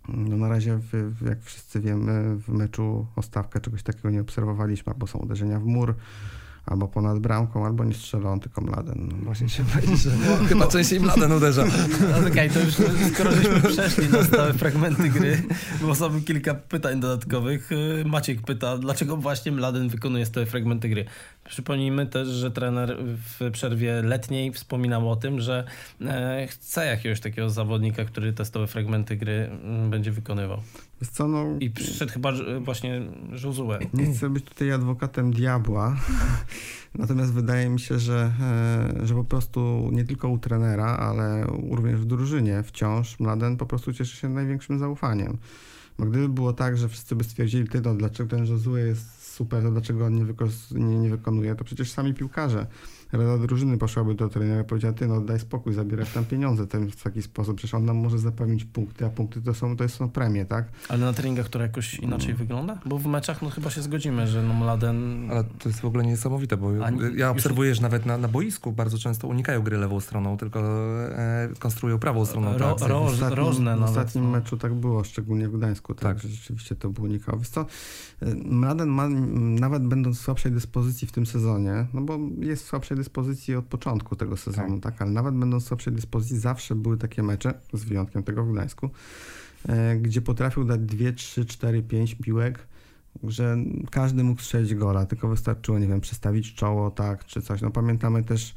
No na razie, jak wszyscy wiemy, w meczu o stawkę czegoś takiego nie obserwowaliśmy, albo są uderzenia w mur, albo ponad bramką, albo nie strzelą, on tylko Mladen. No. Właśnie się powiedzieć, że chyba częściej Mladen uderza. No, okej, to już skoro żeśmy przeszli na stałe fragmenty gry, bo są kilka pytań dodatkowych. Maciek pyta, dlaczego właśnie Mladen wykonuje stałe fragmenty gry? Przypomnijmy też, że trener w przerwie letniej wspominał o tym, że chce jakiegoś takiego zawodnika, który te stałe fragmenty gry będzie wykonywał. Wiesz co, no, i przyszedł chyba właśnie Josue. Nie chcę być tutaj adwokatem diabła, natomiast wydaje mi się, że po prostu nie tylko u trenera, ale również w drużynie wciąż Mladen po prostu cieszy się największym zaufaniem. Bo gdyby było tak, że wszyscy by stwierdzili, dlaczego ten Josue jest super, to dlaczego on nie wykonuje, to przecież sami piłkarze. Rada drużyny poszłaby do trenera i powiedziała, daj spokój, zabierasz tam pieniądze w taki sposób, przecież on nam może zapewnić punkty, a punkty to są premie, tak? Ale na treningach to jakoś inaczej wygląda? Bo w meczach chyba się zgodzimy, że Mladen... Ale to jest w ogóle niesamowite, bo ja obserwuję, że nawet na boisku bardzo często unikają gry lewą stroną, tylko konstruują prawą stroną. W ostatnim meczu tak było, szczególnie w Gdańsku, tak, że rzeczywiście to było unikało. Wiesz co, Mladen ma, nawet będąc w słabszej dyspozycji w tym sezonie, no bo jest w słabszej dyspozycji od początku tego sezonu, tak, ale nawet będąc w słabszej dyspozycji zawsze były takie mecze, z wyjątkiem tego w Gdańsku, gdzie potrafił dać 2, 3, 4, 5 piłek, że każdy mógł strzelić gola, tylko wystarczyło, nie wiem, przestawić czoło, tak, czy coś. No pamiętamy też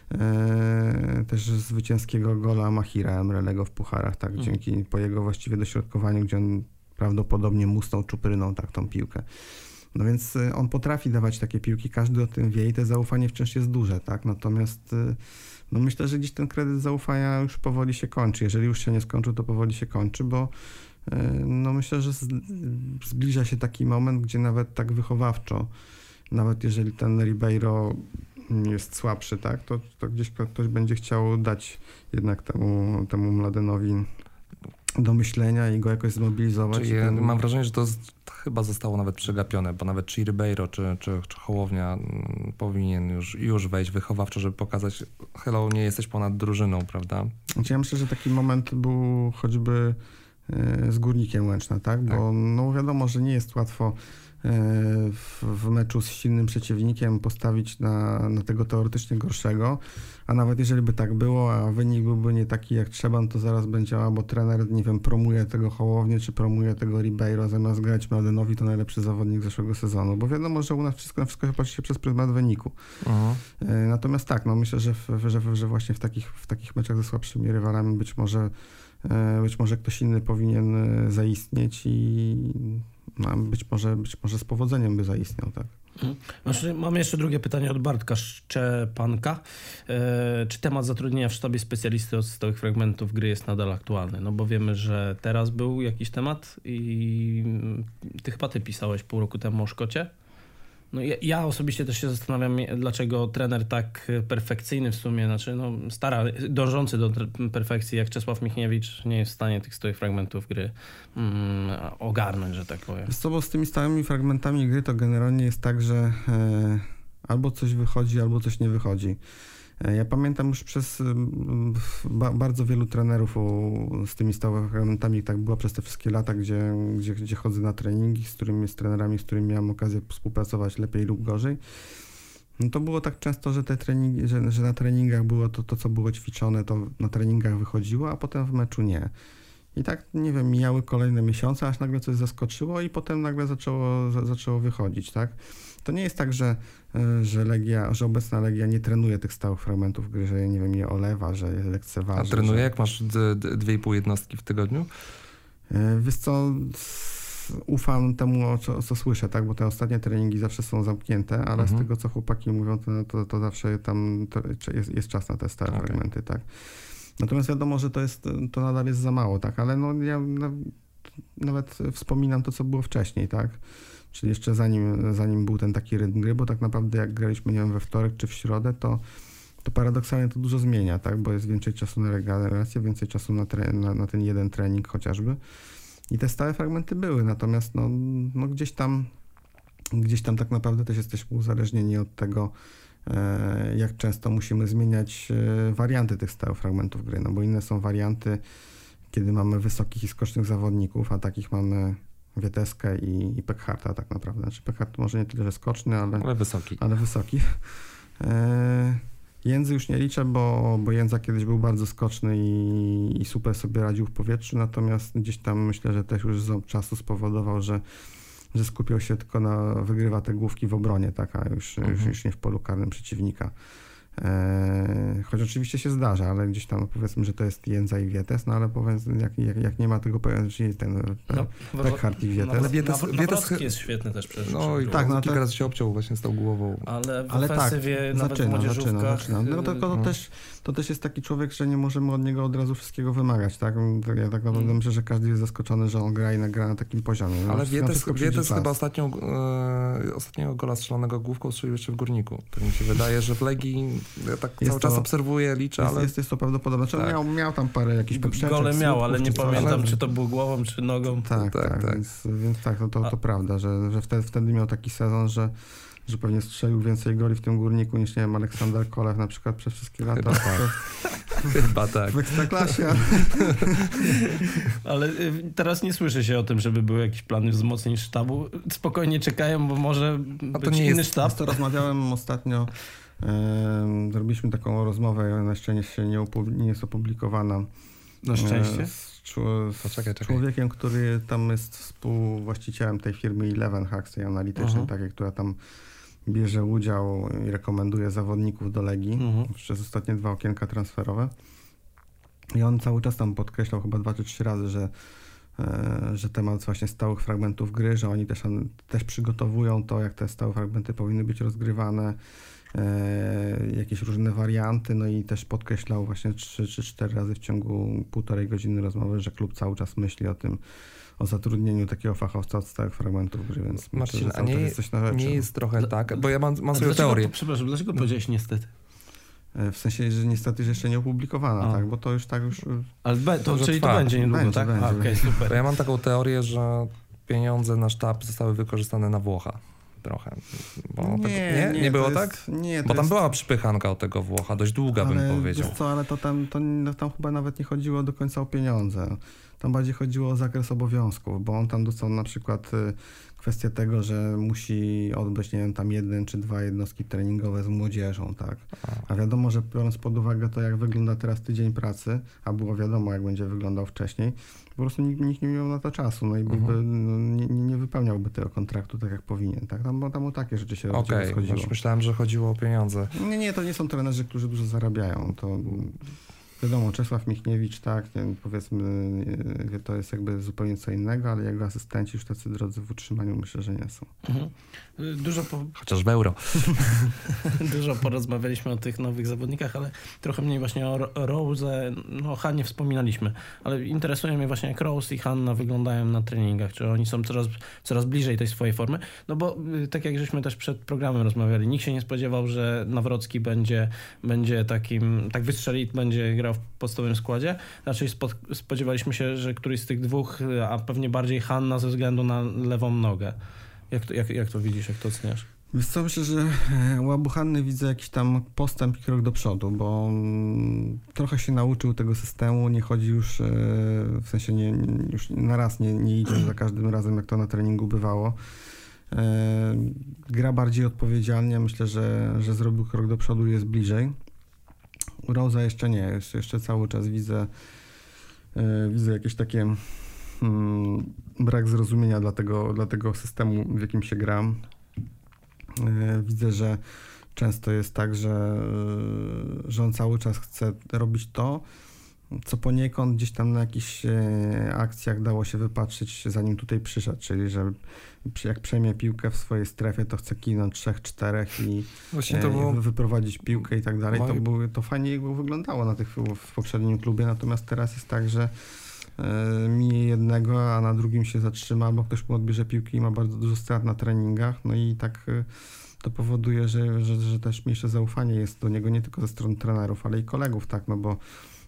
zwycięskiego gola Mahira Emrelego w pucharach, tak, dzięki po jego właściwie dośrodkowaniu, gdzie on prawdopodobnie musnął czupryną tak tą piłkę. No więc on potrafi dawać takie piłki, każdy o tym wie i to zaufanie wciąż jest duże, tak? Natomiast no myślę, że gdzieś ten kredyt zaufania już powoli się kończy. Jeżeli już się nie skończył, to powoli się kończy, bo no myślę, że zbliża się taki moment, gdzie nawet tak wychowawczo, nawet jeżeli ten Ribeiro jest słabszy, tak? To gdzieś ktoś będzie chciał dać jednak temu Mladenowi do myślenia i go jakoś zmobilizować. Czyli mam wrażenie, że to chyba zostało nawet przegapione, bo nawet czy Ribeiro, czy Hołownia powinien już wejść wychowawczo, żeby pokazać, hello, nie jesteś ponad drużyną, prawda? Ja myślę, że taki moment był choćby z Górnikiem Łęczna, tak? Bo no wiadomo, że nie jest łatwo w meczu z silnym przeciwnikiem postawić na tego teoretycznie gorszego, a nawet jeżeli by tak było, a wynik byłby nie taki jak trzeba, no to zaraz będzie, albo trener, nie wiem, promuje tego Hołownię, czy promuje tego Ribeiro, zamiast grać Mladenowi, to najlepszy zawodnik zeszłego sezonu, bo wiadomo, że u nas wszystko się patrzy się przez pryzmat wyniku. Natomiast tak, no myślę, że właśnie w takich meczach ze słabszymi rywalami być może ktoś inny powinien zaistnieć i być może z powodzeniem by zaistniał, tak. Mam jeszcze drugie pytanie od Bartka Szczepanka. Czy temat zatrudnienia w sztabie specjalisty od stałych fragmentów gry jest nadal aktualny? No bo wiemy, że teraz był jakiś temat i ty pisałeś pół roku temu o Szkocie. No ja osobiście też się zastanawiam, dlaczego trener tak perfekcyjny w sumie, dążący do perfekcji jak Czesław Michniewicz nie jest w stanie tych stałych fragmentów gry ogarnąć, że tak powiem. Z tymi stałymi fragmentami gry to generalnie jest tak, że albo coś wychodzi, albo coś nie wychodzi. Ja pamiętam już przez bardzo wielu trenerów z tymi stałymi fragmentami, tak było przez te wszystkie lata, gdzie chodzę na treningi, z trenerami, z którymi miałem okazję współpracować lepiej lub gorzej. No to było tak często, że te treningi, że na treningach było to, co było ćwiczone, to na treningach wychodziło, a potem w meczu nie. I tak, nie wiem, mijały kolejne miesiące, aż nagle coś zaskoczyło i potem nagle zaczęło wychodzić, tak? To nie jest tak, że obecna Legia nie trenuje tych stałych fragmentów gry, że nie wiem, je olewa, że je lekceważy. A trenuje, jak masz 2,5 jednostki w tygodniu? Wiesz co, ufam temu, co słyszę, tak? Bo te ostatnie treningi zawsze są zamknięte, ale z tego, co chłopaki mówią, to zawsze tam jest czas na te stałe fragmenty, tak? Natomiast wiadomo, że to nadal jest za mało, tak? Ale no ja nawet wspominam to, co było wcześniej, tak? Czyli jeszcze zanim był ten taki rytm gry, bo tak naprawdę jak graliśmy, nie wiem, we wtorek czy w środę, to paradoksalnie to dużo zmienia, tak? Bo jest więcej czasu na regenerację, więcej czasu na ten jeden trening chociażby. I te stałe fragmenty były, natomiast no gdzieś tam tak naprawdę też jesteśmy uzależnieni od tego, jak często musimy zmieniać warianty tych stałych fragmentów gry, no bo inne są warianty, kiedy mamy wysokich i skocznych zawodników, a takich mamy Wieteskę i Pekharta tak naprawdę. Znaczy Pekhart może nie tyle, że skoczny, ale wysoki. Jędzy już nie liczę, bo Jędza kiedyś był bardzo skoczny i super sobie radził w powietrzu, natomiast gdzieś tam myślę, że też już ząb czasu spowodował, że skupiał się tylko na wygrywa te główki w obronie, tak, a już nie w polu karnym przeciwnika. Choć oczywiście się zdarza, ale gdzieś tam powiedzmy, że to jest Jędza i Wietes, no ale powiedzmy, jak nie ma tego, czyli ten Pekhart i Wietes. Ale Wietes jest świetny też przecież. No i tak, kilka razy się obciął właśnie z tą głową. Ale w ofensywie, tak, nawet w młodzieżówkach... Zaczyna. No to też jest taki człowiek, że nie możemy od niego od razu wszystkiego wymagać, tak? Ja tak naprawdę myślę, że każdy jest zaskoczony, że on gra na takim poziomie. No, ale Wietes chyba ostatniego gola strzelonego główką strzelił jeszcze w Górniku. Tak mi się wydaje, że w Legii ja tak cały czas obserwuję, liczę, ale... Jest to prawdopodobne. Tak. Miał tam parę jakichś poprzeczek. Gole miał, ale nie pamiętam, czy to było głową, czy nogą. Tak. Więc tak, to prawda, że wtedy miał taki sezon, że pewnie strzelił więcej goli w tym Górniku niż, nie wiem, Aleksander Kolew na przykład przez wszystkie lata. Chyba tak. W Ekstraklasie. Ale teraz nie słyszy się o tym, żeby były jakieś plany wzmocnień sztabu. Spokojnie czekają, bo może być inny sztab. To rozmawiałem ostatnio. Zrobiliśmy taką rozmowę, na szczęście nie jest opublikowana. Na szczęście? Z człowiekiem, który tam jest współwłaścicielem tej firmy Eleven Hacks, tej analitycznej, takiej, która tam bierze udział i rekomenduje zawodników do Legii przez ostatnie 2 okienka transferowe. I on cały czas tam podkreślał chyba 2 czy 3 razy, że temat właśnie stałych fragmentów gry, że oni też przygotowują to, jak te stałe fragmenty powinny być rozgrywane, jakieś różne warianty, no i też podkreślał właśnie 3 czy 4 razy w ciągu 1,5 godziny rozmowy, że klub cały czas myśli o zatrudnieniu takiego fachowca od stałych fragmentów gry, więc Marcin, myślę, że jest coś na rzeczy. Nie jest trochę tak, bo ja mam swoją teorię. Przepraszam, dlaczego powiedziałeś niestety? W sensie, że niestety jeszcze nie opublikowana, tak, bo to już tak już... Ale czyli to będzie niedługo, tak? Będzie. Super. Bo ja mam taką teorię, że pieniądze na sztab zostały wykorzystane na Włocha. Trochę. Bo nie było tak? Nie, bo tam była przypychanka o tego Włocha, dość długa, bym powiedział. Wiesz co, ale to tam chyba nawet nie chodziło do końca o pieniądze. Tam bardziej chodziło o zakres obowiązków, bo on tam dostał na przykład kwestię tego, że musi odbyć, nie wiem, tam 1 czy 2 jednostki treningowe z młodzieżą, tak. A wiadomo, że biorąc pod uwagę to, jak wygląda teraz tydzień pracy, a było wiadomo, jak będzie wyglądał wcześniej, po prostu nikt nie miał na to czasu, no i nie wypełniałby tego kontraktu tak, jak powinien, tak. Tam o takie rzeczy się rozchodziło. Już myślałem, że chodziło o pieniądze. Nie, to nie są trenerzy, którzy dużo zarabiają, to... Wiadomo, Czesław Michniewicz, tak, powiedzmy, to jest jakby zupełnie co innego, ale jego asystenci już tacy drodzy w utrzymaniu myślę, że nie są. Chociaż w euro. Dużo porozmawialiśmy o tych nowych zawodnikach, ale trochę mniej właśnie o Rose, o Hannie wspominaliśmy, ale interesuje mnie właśnie, jak Rose i Hanna wyglądają na treningach, czy oni są coraz bliżej tej swojej formy, no bo tak jak żeśmy też przed programem rozmawiali, nikt się nie spodziewał, że Nawrocki będzie takim, tak wystrzeli, będzie grał w podstawowym składzie. Raczej spodziewaliśmy się, że któryś z tych dwóch, a pewnie bardziej Hanna ze względu na lewą nogę. Jak to widzisz, jak to oceniasz? Wiesz co, myślę, że u Abu Hanny widzę jakiś tam postęp i krok do przodu, bo trochę się nauczył tego systemu, nie chodzi już, w sensie już na raz nie idzie za każdym razem, jak to na treningu bywało. Gra bardziej odpowiedzialnie, myślę, że zrobił krok do przodu i jest bliżej. U Rosa jeszcze nie, jeszcze cały czas widzę jakieś takie brak zrozumienia dla tego systemu, w jakim się gra. Widzę, że często jest tak, że on cały czas chce robić to, co poniekąd gdzieś tam na jakichś akcjach dało się wypatrzyć, zanim tutaj przyszedł, czyli że jak przejmie piłkę w swojej strefie, to chce kinąć 3-4 i wyprowadzić piłkę i tak dalej. To fajnie wyglądało w poprzednim klubie, natomiast teraz jest tak, że mije jednego, a na drugim się zatrzyma, albo ktoś mu odbierze piłki i ma bardzo dużo strat na treningach, no i tak to powoduje, że też mniejsze zaufanie jest do niego nie tylko ze strony trenerów, ale i kolegów, tak, no bo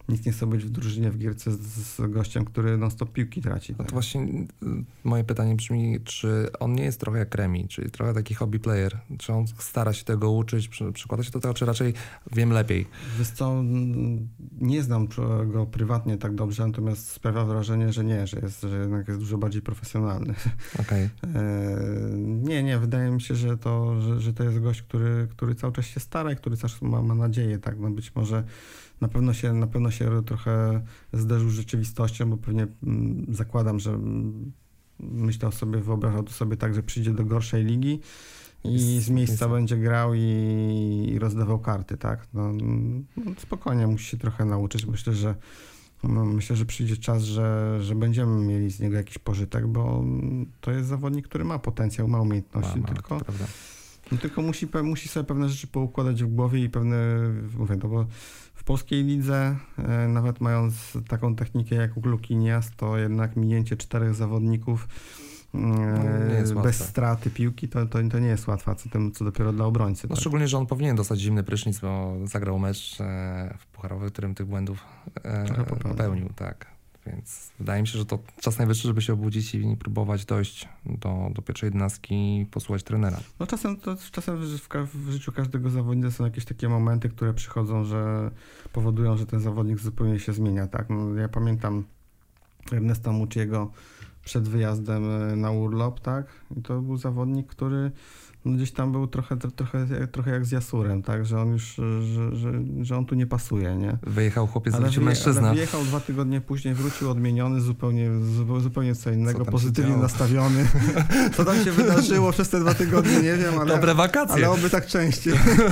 nic nie chce być w drużynie, w gierce z gościem, który non-stop piłki traci. No to właśnie moje pytanie brzmi, czy on nie jest trochę jak Remi, czyli trochę taki hobby player? Czy on stara się tego uczyć, przykłada się do tego, czy raczej wiem lepiej? Wiesz co, nie znam go prywatnie tak dobrze, natomiast sprawia wrażenie, że nie, że jednak jest dużo bardziej profesjonalny. Okay. Nie, wydaje mi się, że to jest gość, który cały czas się stara i który cały czas ma nadzieję, tak, no być może na pewno się trochę zderzył z rzeczywistością, bo pewnie zakładam, że myślał sobie, wyobrażał sobie tak, że przyjdzie do gorszej ligi i z miejsca będzie grał i rozdawał karty, tak? No, spokojnie, musi się trochę nauczyć. Myślę, że przyjdzie czas, że będziemy mieli z niego jakiś pożytek, bo to jest zawodnik, który ma potencjał, ma umiejętności, tylko musi sobie pewne rzeczy poukładać w głowie i mówię, no bo w polskiej lidze, nawet mając taką technikę jak u Lukinias, to jednak minięcie 4 zawodników bez straty piłki, to nie jest łatwe, co dopiero dla obrońcy. No tak? Szczególnie, że on powinien dostać zimny prysznic, bo zagrał mecz w pucharowy, w którym tych błędów popełnił. Tak. Więc wydaje mi się, że to czas najwyższy, żeby się obudzić i próbować dojść do pierwszej 11 i posłuchać trenera. No czasem w życiu każdego zawodnika są jakieś takie momenty, które przychodzą, że powodują, że ten zawodnik zupełnie się zmienia. Tak? No, ja pamiętam Ernesta Mucciego przed wyjazdem na urlop, tak? I to był zawodnik, który gdzieś tam był trochę jak z Jasurem, tak? Że on już, że on tu nie pasuje, nie? Wyjechał chłopiec z życiu mężczyzna. Ale wyjechał 2 tygodnie później, wrócił odmieniony, zupełnie co innego, pozytywnie nastawiony. Co tam się wydarzyło przez te 2 tygodnie, nie wiem, ale... Dobre wakacje. Ale oby tak częściej.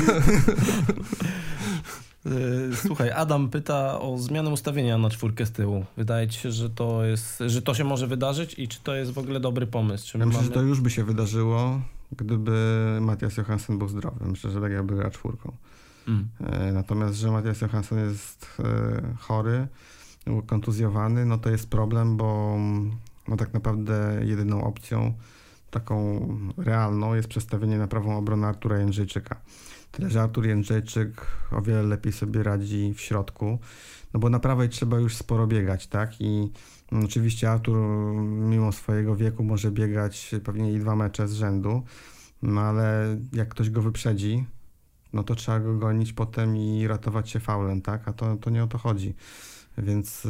Słuchaj, Adam pyta o zmianę ustawienia na 4 z tyłu. Wydaje ci się, że to się może wydarzyć i czy to jest w ogóle dobry pomysł? Czy myślę, że to już by się wydarzyło, gdyby Mathias Johansson był zdrowy. Myślę, że tak jakby grał 4. Natomiast, że Mathias Johansson jest chory, kontuzjowany, no to jest problem, bo no tak naprawdę jedyną opcją taką realną jest przestawienie na prawą obronę Artura Jędrzejczyka. Tyle, że Artur Jędrzejczyk o wiele lepiej sobie radzi w środku, no bo na prawej trzeba już sporo biegać, tak? I oczywiście Artur mimo swojego wieku może biegać pewnie i 2 mecze z rzędu, no ale jak ktoś go wyprzedzi, no to trzeba go gonić potem i ratować się faulem, tak? A to nie o to chodzi. Więc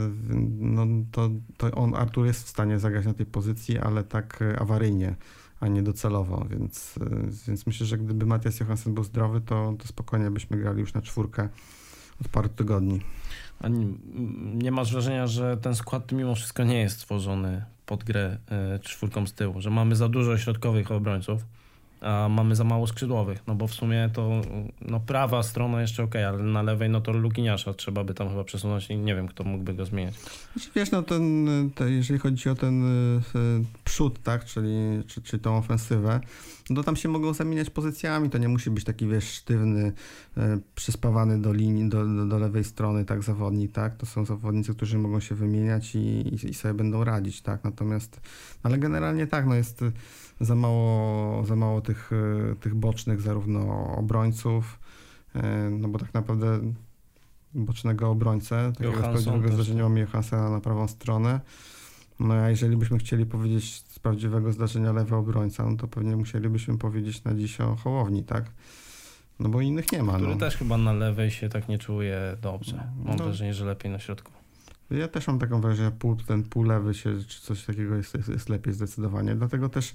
no, to Artur jest w stanie zagrać na tej pozycji, ale tak awaryjnie, a nie docelowo, więc myślę, że gdyby Mathias Johansson był zdrowy, to spokojnie byśmy grali już na 4 od paru tygodni. A nie masz wrażenia, że ten skład mimo wszystko nie jest stworzony pod grę 4 z tyłu, że mamy za dużo środkowych obrońców, a mamy za mało skrzydłowych, no bo w sumie to prawa strona jeszcze okej, ale na lewej no to Lukiniasza trzeba by tam chyba przesunąć i nie wiem, kto mógłby go zmieniać. Znaczy, wiesz, no jeżeli chodzi o ten przód, tak, czyli tą ofensywę, no tam się mogą zamieniać pozycjami, to nie musi być taki, wiesz, sztywny, przyspawany do linii, do lewej strony, tak, zawodnik, tak, to są zawodnicy, którzy mogą się wymieniać i sobie będą radzić, tak, natomiast, ale generalnie tak, no jest za mało tych bocznych zarówno obrońców, no bo tak naprawdę bocznego obrońcę, takiego prawdziwego zdarzenia mamy Johanssona na prawą stronę. No a jeżeli byśmy chcieli powiedzieć z prawdziwego zdarzenia lewy obrońca, no to pewnie musielibyśmy powiedzieć na dziś o Hołowni, tak? No bo innych nie ma. Który też chyba na lewej się tak nie czuje dobrze. Mam wrażenie, że lepiej na środku. Ja też mam taką wrażenie, że ten pół lewy się, czy coś takiego jest lepiej zdecydowanie. Dlatego też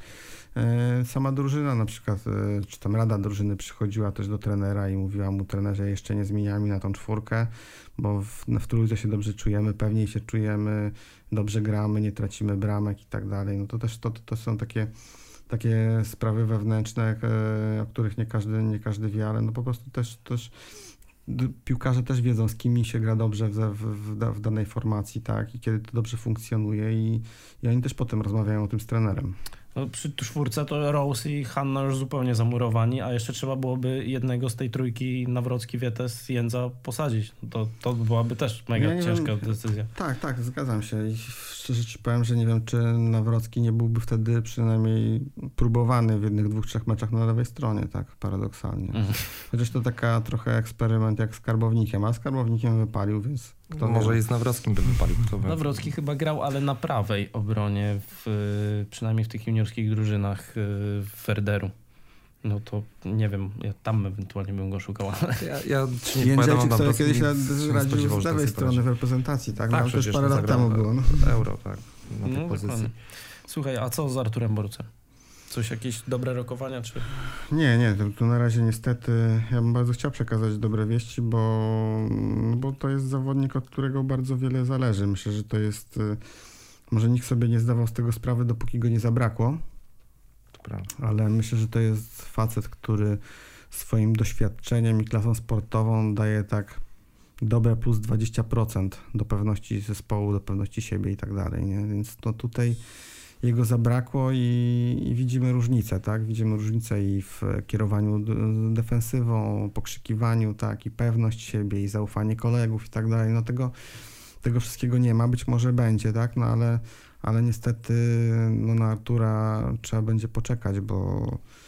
sama drużyna na przykład, czy tam rada drużyny przychodziła też do trenera i mówiła mu: trenerze, jeszcze nie zmieniaj mi na tą 4, bo w trójce się dobrze czujemy, pewniej się czujemy, dobrze gramy, nie tracimy bramek i tak dalej. No to też to są takie sprawy wewnętrzne, o których nie każdy wie, ale no po prostu też piłkarze też wiedzą, z kim się gra dobrze w danej formacji, tak, i kiedy to dobrze funkcjonuje i oni też potem rozmawiają o tym z trenerem. No, przy czwórce to Rose i Hanna już zupełnie zamurowani, a jeszcze trzeba byłoby jednego z tej trójki, Nawrocki, Wietes, Jędza posadzić. To byłaby też mega ciężka decyzja. Tak, zgadzam się i szczerze ci powiem, że nie wiem, czy Nawrocki nie byłby wtedy przynajmniej próbowany w jednych, 2, 3 meczach na lewej stronie, tak paradoksalnie. Chociaż to taka trochę eksperyment jak z Skarbownikiem, a Skarbownikiem wypalił, więc kto może i z Nawrockim by wypalił. Nawrocki chyba grał, ale na prawej obronie, przynajmniej w tych juniorskich drużynach Werderu. No to nie wiem, ja tam ewentualnie bym go szukał. Ale... Ja ci nie powiadam, sobie kiedyś radził z lewej strony w reprezentacji, tak? Tak, no, też parę lat temu było. No. Euro, tak, na tej pozycji. Dokładnie. Słuchaj, a co z Arturem Borucem? Coś, jakieś dobre rokowania, czy... Nie, tu na razie niestety ja bym bardzo chciał przekazać dobre wieści, bo to jest zawodnik, od którego bardzo wiele zależy. Myślę, że to jest... Może nikt sobie nie zdawał z tego sprawy, dopóki go nie zabrakło. Ale myślę, że to jest facet, który swoim doświadczeniem i klasą sportową daje tak dobre plus 20% do pewności zespołu, do pewności siebie i tak dalej, nie? Więc to tutaj jego zabrakło i widzimy różnicę, tak? Widzimy różnicę i w kierowaniu defensywą, pokrzykiwaniu, tak? I pewność siebie, i zaufanie kolegów i tak dalej. No tego wszystkiego nie ma, być może będzie, tak? No ale niestety no, na Artura trzeba będzie poczekać, bo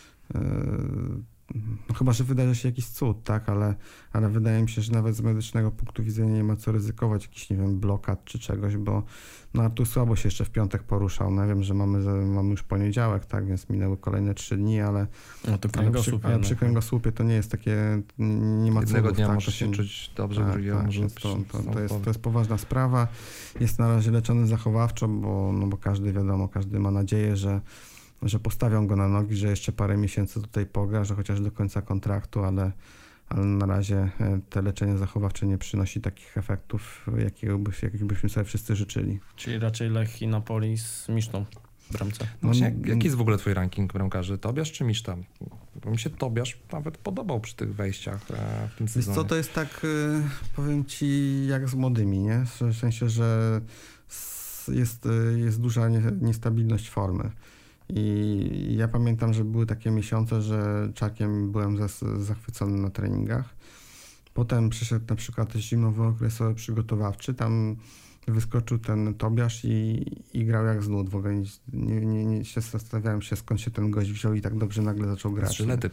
no chyba, że wydarzy się jakiś cud, tak, ale wydaje mi się, że nawet z medycznego punktu widzenia nie ma co ryzykować jakiś, nie wiem, blokad czy czegoś, bo no Artur słabo się jeszcze w piątek poruszał. No ja wiem, że mamy już poniedziałek, tak, więc minęły kolejne 3 dni, ale no to przy kręgosłupie to nie jest takie, nie ma jednego cudów, dnia tak, może się czuć dobrze, drugiego może... To jest poważna sprawa. Jest na razie leczony zachowawczo, bo każdy ma nadzieję, że postawią go na nogi, że jeszcze parę miesięcy tutaj pogra, że chociaż do końca kontraktu, ale na razie te leczenie zachowawcze nie przynosi takich efektów, jakich byśmy sobie wszyscy życzyli. Czyli raczej Lech i Napoli z Misztą w bramce. No właśnie, jaki jest w ogóle twój ranking bramkarzy? Tobiasz czy Miszta? Bo mi się Tobiasz nawet podobał przy tych wejściach w tym sezonie. Wiesz co, to jest tak, powiem ci, jak z młodymi, nie? W sensie, że jest duża niestabilność formy. I ja pamiętam, że były takie miesiące, że Czakiem byłem zachwycony na treningach. Potem przyszedł na przykład zimowy okres przygotowawczy, tam wyskoczył ten Tobiasz i grał jak z nut. W ogóle nie się zastanawiałem się, skąd się ten gość wziął i tak dobrze nagle zaczął grać. Żyletyp.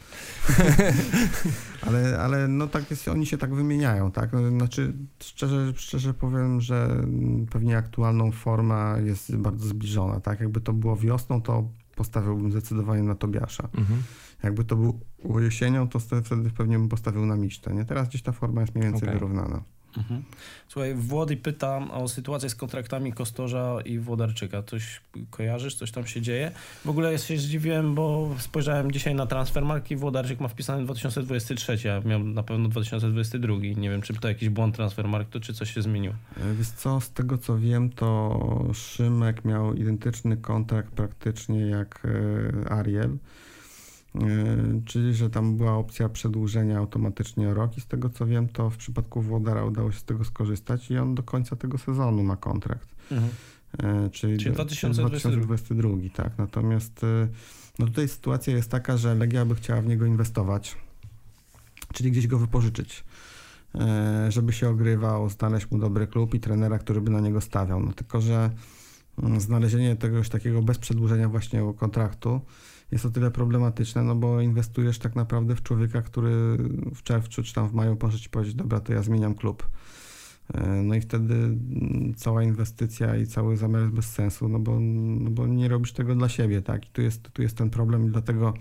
ale no tak jest, oni się tak wymieniają, tak? Znaczy szczerze powiem, że pewnie aktualną forma jest bardzo zbliżona, tak? Jakby to było wiosną, to postawiłbym zdecydowanie na Tobiasza. Jakby to było jesienią, to wtedy pewnie bym postawił na Misztę, nie? Teraz gdzieś ta forma jest mniej więcej wyrównana. Słuchaj, Włody pyta o sytuację z kontraktami Kostorza i Włodarczyka. Coś kojarzysz? Coś tam się dzieje? W ogóle się zdziwiłem, bo spojrzałem dzisiaj na Transfermarkt i Włodarczyk ma wpisany 2023, a miał na pewno 2022. Nie wiem, czy to jakiś błąd Transfermarktu, czy coś się zmieniło. Wiesz co, z tego co wiem, to Szymek miał identyczny kontrakt praktycznie jak Ariel. Czyli, że tam była opcja przedłużenia automatycznie o rok i z tego co wiem, to w przypadku Włodara udało się z tego skorzystać i on do końca tego sezonu ma kontrakt. Czyli 2022, tak. Natomiast no tutaj sytuacja jest taka, że Legia by chciała w niego inwestować, czyli gdzieś go wypożyczyć, żeby się ogrywał, znaleźć mu dobry klub i trenera, który by na niego stawiał. No tylko, że znalezienie tegoś takiego bez przedłużenia właśnie kontraktu jest o tyle problematyczne, no bo inwestujesz tak naprawdę w człowieka, który w czerwcu czy tam w maju może ci powiedzieć, dobra, to ja zmieniam klub. No i wtedy cała inwestycja i cały zamiar jest bez sensu, no bo nie robisz tego dla siebie, tak? I tu jest ten problem i dlatego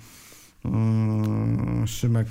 Szymek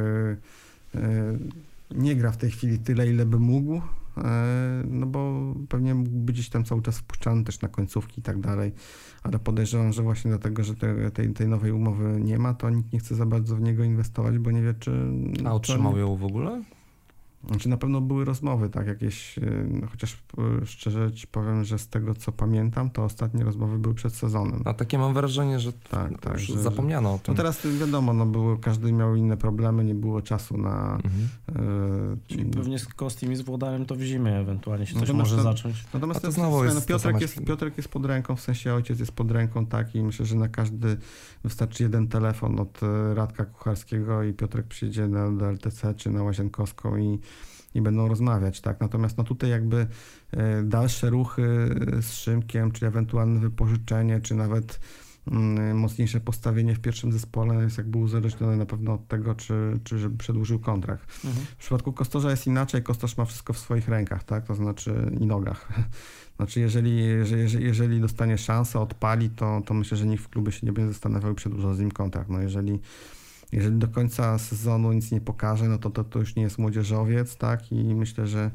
nie gra w tej chwili tyle, ile by mógł, no bo pewnie mógłby gdzieś tam cały czas wpuszczany też na końcówki i tak dalej, ale podejrzewam, że właśnie dlatego, że tej nowej umowy nie ma, to nikt nie chce za bardzo w niego inwestować, bo nie wie, czy... A otrzymał ją w ogóle? Znaczy na pewno były rozmowy, tak, jakieś, no chociaż szczerze ci powiem, że z tego co pamiętam, to ostatnie rozmowy były przed sezonem. A takie mam wrażenie, że już zapomniano o tym. No teraz wiadomo, no każdy miał inne problemy, nie było czasu Czyli pewnie z Kostim i z Włodarem to w zimie ewentualnie się coś może zacząć. Natomiast to znowu jest Piotrek jest pod ręką, w sensie ojciec jest pod ręką, tak, i myślę, że na każdy wystarczy jeden telefon od Radka Kucharskiego i Piotrek przyjdzie do LTC czy na Łazienkowską i będą rozmawiać, tak. Natomiast tutaj jakby dalsze ruchy z Szymkiem, czy ewentualne wypożyczenie, czy nawet mocniejsze postawienie w pierwszym zespole jest jakby uzależnione na pewno od tego, czy żeby przedłużył kontrakt. W przypadku Kostorza jest inaczej, Kostorz ma wszystko w swoich rękach, tak, to znaczy i nogach. Znaczy jeżeli dostanie szansę, odpali, to myślę, że nikt w klubie się nie będzie zastanawiał i przedłużał z nim kontrakt. No jeżeli do końca sezonu nic nie pokaże, no to już nie jest młodzieżowiec, tak, i myślę, że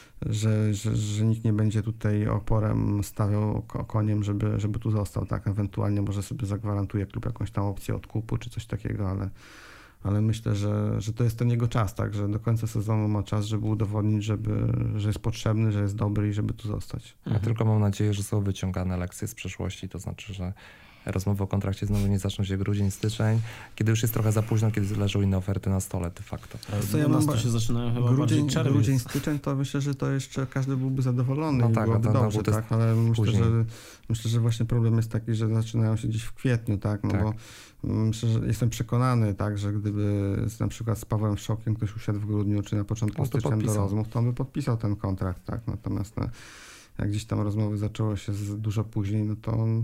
nikt nie będzie tutaj oporem stawiał koniem, żeby tu został, tak, ewentualnie może sobie zagwarantuje klub jakąś tam opcję odkupu czy coś takiego, ale myślę, że to jest ten jego czas, tak, że do końca sezonu ma czas, żeby udowodnić, że jest potrzebny, że jest dobry i żeby tu zostać. Ja tylko mam nadzieję, że są wyciągane lekcje z przeszłości, to znaczy, że rozmowy o kontrakcie znowu nie zaczną się grudzień, styczeń, kiedy już jest trochę za późno, kiedy leżą inne oferty na stole de facto. Ja mam to się zaczynają chyba grudzień, styczeń, to myślę, że to jeszcze każdy byłby zadowolony i byłoby dobrze, tak, ale myślę, że właśnie problem jest taki, że zaczynają się gdzieś w kwietniu, tak, no tak. Bo myślę, że jestem przekonany, tak, że gdyby na przykład z Pawłem Szokiem ktoś usiadł w grudniu czy na początku stycznia do rozmów, to on by podpisał ten kontrakt, tak, natomiast jak gdzieś tam rozmowy zaczęło się dużo później, no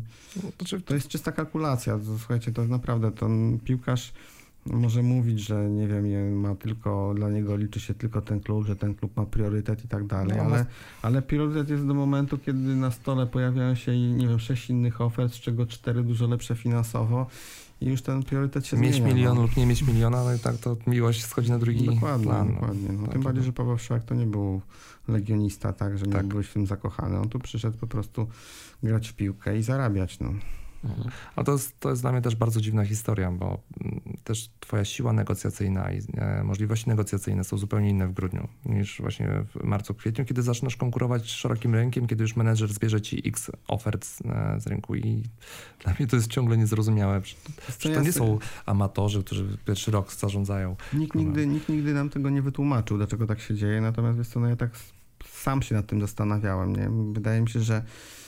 to jest czysta kalkulacja. Słuchajcie, to naprawdę ten piłkarz może mówić, że nie wiem, ma tylko, dla niego liczy się tylko ten klub, że ten klub ma priorytet i tak dalej, ale priorytet jest do momentu, kiedy na stole pojawiają się, nie wiem, 6 innych ofert, z czego 4 dużo lepsze finansowo i już ten priorytet się zmienia. Mieć milion lub nie mieć miliona, ale tak to miłość schodzi na drugi plan. Dokładnie. No, tym bardziej, że Paweł Wszak to nie był legionista, tak, że nie byłeś w tym zakochany. On tu przyszedł po prostu grać w piłkę i zarabiać, no. Ale to jest dla mnie też bardzo dziwna historia, bo też twoja siła negocjacyjna i możliwości negocjacyjne są zupełnie inne w grudniu niż właśnie w marcu, kwietniu, kiedy zaczynasz konkurować szerokim rynkiem, kiedy już menedżer zbierze ci x ofert z rynku i dla mnie to jest ciągle niezrozumiałe. Że to nie są amatorzy, którzy pierwszy rok zarządzają. Nikt nigdy nam tego nie wytłumaczył, dlaczego tak się dzieje, natomiast wiesz co, no ja tak sam się nad tym zastanawiałem, nie? Wydaje mi się, że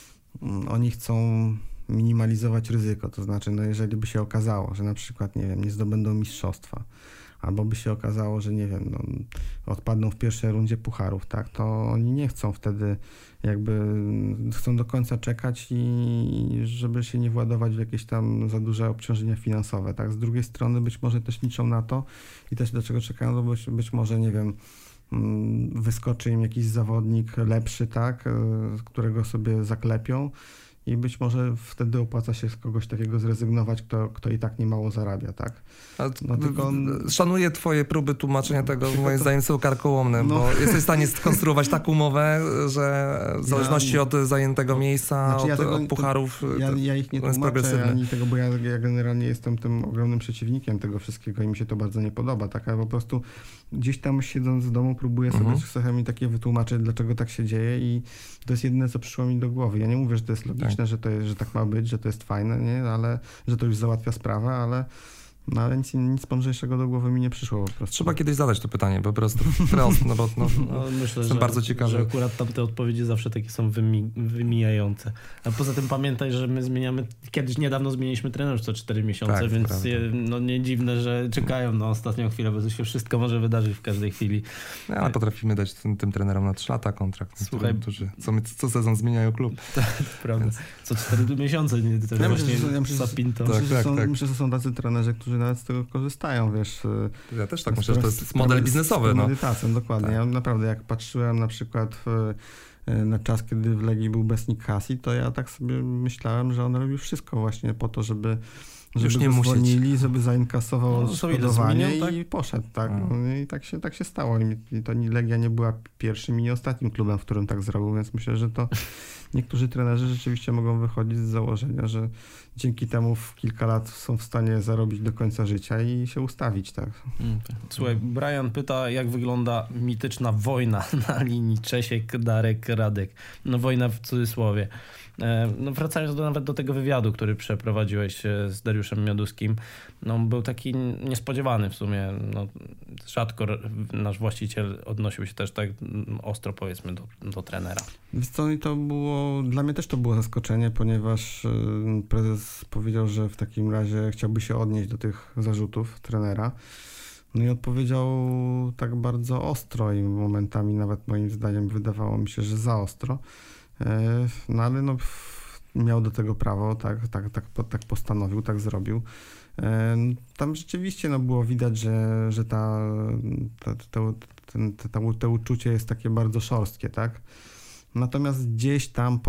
oni chcą minimalizować ryzyko, to znaczy, no jeżeli by się okazało, że na przykład, nie wiem, nie zdobędą mistrzostwa, albo by się okazało, że nie wiem, no, odpadną w pierwszej rundzie pucharów, tak, to oni nie chcą wtedy jakby, chcą do końca czekać i żeby się nie władować w jakieś tam za duże obciążenia finansowe, tak, z drugiej strony być może też liczą na to i też do czego czekają, no być może, nie wiem, wyskoczy im jakiś zawodnik lepszy, tak, którego sobie zaklepią, i być może wtedy opłaca się z kogoś takiego zrezygnować, kto i tak niemało zarabia, tak? Szanuję twoje próby tłumaczenia tego, moim zdaniem są karkołomne, bo jesteś w stanie skonstruować taką umowę, że w zależności od zajętego miejsca, od pucharów, ja ich nie tłumaczę ani tego, bo ja generalnie jestem tym ogromnym przeciwnikiem tego wszystkiego i mi się to bardzo nie podoba, tak? Ale po prostu gdzieś tam siedząc w domu próbuję sobie czasami takie wytłumaczyć, dlaczego tak się dzieje i to jest jedyne, co przyszło mi do głowy. Ja nie mówię, że to jest logiczne, że tak ma być, że to jest fajne, nie? Ale że to już załatwia sprawę, ale nic mądrzejszego do głowy mi nie przyszło po prostu. Trzeba kiedyś zadać to pytanie po prostu wprost, bo myślę, jestem bardzo ciekawy. Że akurat tamte odpowiedzi zawsze takie są wymijające. A poza tym pamiętaj, że my niedawno zmieniliśmy trenerów co 4 miesiące, więc nie dziwne, że czekają na ostatnią chwilę, bo to się wszystko może wydarzyć w każdej chwili. Ale potrafimy dać tym trenerom na 3 lata kontrakt, którzy co sezon zmieniają klub. Prawda. Więc... Co 4 miesiące. Myślę, że są tacy trenerzy, którzy nawet z tego korzystają, wiesz. Ja też tak myślę, że to jest model biznesowy. Z medytacją, dokładnie. Tak. Ja naprawdę jak patrzyłem na przykład na czas, kiedy w Legii był Besnik Hasi, to ja tak sobie myślałem, że on robił wszystko właśnie po to, żeby go zwolnili, żeby zainkasował odszkodowanie i poszedł. Tak? I tak się stało. I to Legia nie była pierwszym i nie ostatnim klubem, w którym tak zrobił, więc myślę, że to niektórzy trenerzy rzeczywiście mogą wychodzić z założenia, że dzięki temu w kilka lat są w stanie zarobić do końca życia i się ustawić, tak. Słuchaj, Brian pyta, jak wygląda mityczna wojna na linii Czesiek, Darek, Radek. No wojna w cudzysłowie. No wracając nawet do tego wywiadu, który przeprowadziłeś z Dariuszem Mioduskim, no był taki niespodziewany w sumie. No, rzadko nasz właściciel odnosił się też tak ostro, powiedzmy, do trenera. Wiesz co, i to było, dla mnie też to było zaskoczenie, ponieważ prezes powiedział, że w takim razie chciałby się odnieść do tych zarzutów trenera. No i odpowiedział tak bardzo ostro i momentami nawet moim zdaniem wydawało mi się, że za ostro. No ale no, miał do tego prawo, tak postanowił, tak zrobił. Tam rzeczywiście no, było widać, że to uczucie jest takie bardzo szorstkie, tak? Natomiast gdzieś tam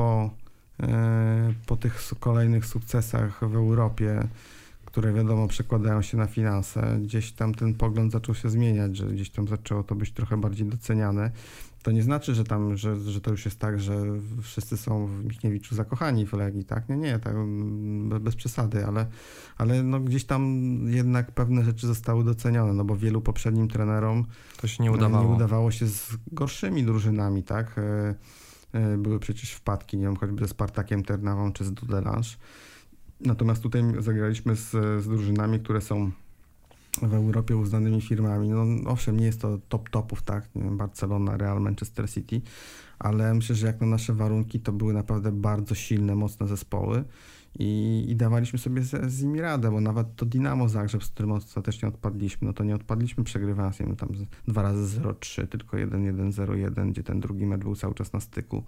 po tych kolejnych sukcesach w Europie, które wiadomo przekładają się na finanse, gdzieś tam ten pogląd zaczął się zmieniać, że gdzieś tam zaczęło to być trochę bardziej doceniane. To nie znaczy, że to już jest tak, że wszyscy są w Michniewiczu zakochani w Legii, tak? Nie, tak, bez przesady, ale no gdzieś tam jednak pewne rzeczy zostały docenione, no bo wielu poprzednim trenerom to się nie udawało się z gorszymi drużynami, tak? Były przecież wpadki, nie wiem, choćby ze Spartakiem Trnawą czy z Dudelange. Natomiast tutaj zagraliśmy z drużynami, które są w Europie uznanymi firmami. No owszem, nie jest to top topów, tak? Nie wiem, Barcelona, Real, Manchester City, ale myślę, że jak na nasze warunki to były naprawdę bardzo silne, mocne zespoły i dawaliśmy sobie z nimi radę, bo nawet to Dinamo Zagrzeb, z którym ostatecznie odpadliśmy, no to nie odpadliśmy przegrywając, nie wiem, tam 2 razy 0-3, tylko 1-1, 0-1, gdzie ten drugi mecz był cały czas na styku.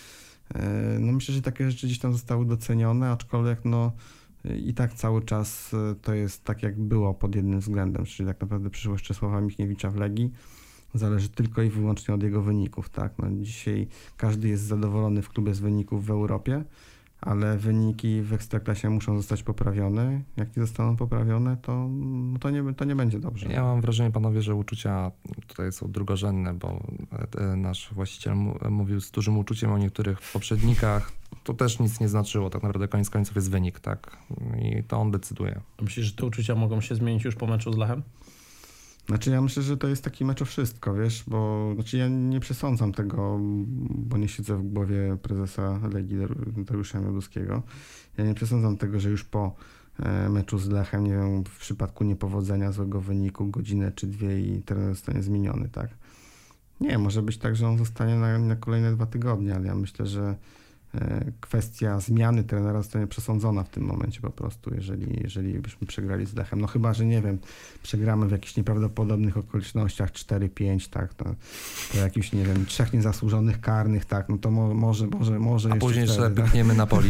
No myślę, że takie rzeczy gdzieś tam zostały docenione, aczkolwiek no i tak cały czas to jest tak, jak było pod jednym względem, czyli tak naprawdę przyszłość Czesława Michniewicza w Legii zależy tylko i wyłącznie od jego wyników, tak? No dzisiaj każdy jest zadowolony w klubie z wyników w Europie, ale wyniki w Ekstraklasie muszą zostać poprawione. Jak nie zostaną poprawione, to nie będzie dobrze. Ja mam wrażenie, panowie, że uczucia tutaj są drugorzędne, bo nasz właściciel mówił z dużym uczuciem o niektórych poprzednikach. To też nic nie znaczyło. Tak naprawdę koniec końców jest wynik, tak? I to on decyduje. Myślisz, że te uczucia mogą się zmienić już po meczu z Lechem? Znaczy ja myślę, że to jest taki mecz o wszystko, wiesz, bo znaczy ja nie przesądzam tego, bo nie siedzę w głowie prezesa Legii Dariusza Mioduskiego. Ja nie przesądzam tego, że już po meczu z Lechem, nie wiem, w przypadku niepowodzenia, złego wyniku, godzinę czy 2 i trener zostanie zmieniony, tak? Nie, może być tak, że on zostanie na kolejne 2 tygodnie, ale ja myślę, że kwestia zmiany trenera zostanie przesądzona w tym momencie po prostu, jeżeli byśmy przegrali z Lechem. No chyba, że nie wiem, przegramy w jakichś nieprawdopodobnych okolicznościach 4-5, tak, to jakichś, nie wiem, 3 niezasłużonych karnych, tak, no to może a później jeszcze pykniemy na poli.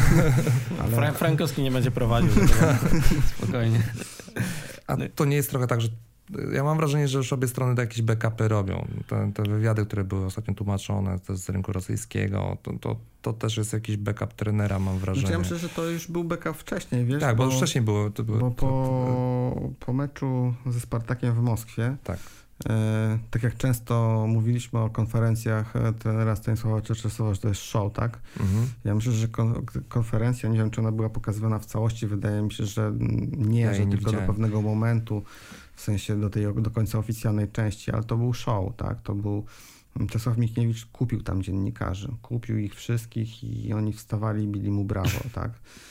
Ale Frankowski nie będzie prowadził. Spokojnie. A to nie jest trochę tak, że ja mam wrażenie, że już obie strony to jakieś backupy robią. Te wywiady, które były ostatnio tłumaczone też z rynku rosyjskiego, to też jest jakiś backup trenera, mam wrażenie. Znaczy ja myślę, że to już był backup wcześniej, wiesz? Tak, bo już wcześniej było. Bo po meczu ze Spartakiem w Moskwie, tak jak często mówiliśmy o konferencjach trenera Stanisława Czerczesława, że to jest show, tak? Mhm. Ja myślę, że konferencja, nie wiem, czy ona była pokazywana w całości, wydaje mi się, że nie, że tylko do pewnego momentu, w sensie do końca oficjalnej części, ale to był show, tak? To był Czesław Michniewicz kupił tam dziennikarzy, kupił ich wszystkich i oni wstawali i bili mu brawo, tak?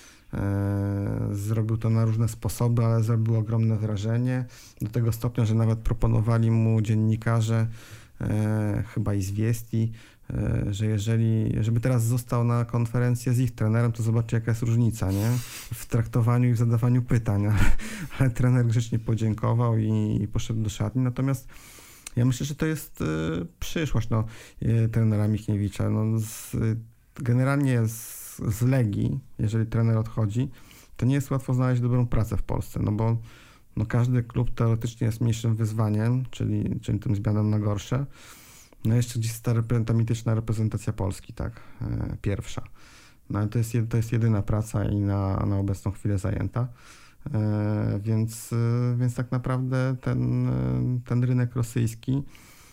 Zrobił to na różne sposoby, ale zrobił ogromne wrażenie, do tego stopnia, że nawet proponowali mu dziennikarze, chyba i z Wiesti, że żeby teraz został na konferencję z ich trenerem, to zobaczy, jaka jest różnica, nie? W traktowaniu i w zadawaniu pytań, ale trener grzecznie podziękował i poszedł do szatni. Natomiast ja myślę, że to jest przyszłość trenera Michniewicza. Generalnie z Legii, jeżeli trener odchodzi, to nie jest łatwo znaleźć dobrą pracę w Polsce, bo każdy klub teoretycznie jest mniejszym wyzwaniem, czyli tym zmianą na gorsze. No jeszcze gdzieś ta mityczna reprezentacja Polski, tak, pierwsza. No ale to jest jedyna praca i na obecną chwilę zajęta. Więc tak naprawdę ten rynek rosyjski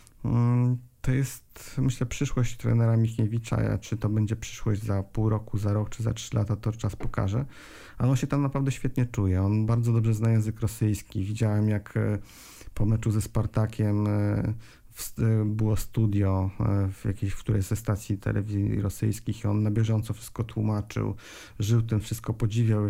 to jest, myślę, przyszłość trenera Michniewicza. Czy to będzie przyszłość za pół roku, za rok, czy za 3 lata, to czas pokaże. Ale on się tam naprawdę świetnie czuje. On bardzo dobrze zna język rosyjski. Widziałem, jak po meczu ze Spartakiem było studio w którejś ze stacji telewizji rosyjskich i on na bieżąco wszystko tłumaczył, żył tym, wszystko podziwiał,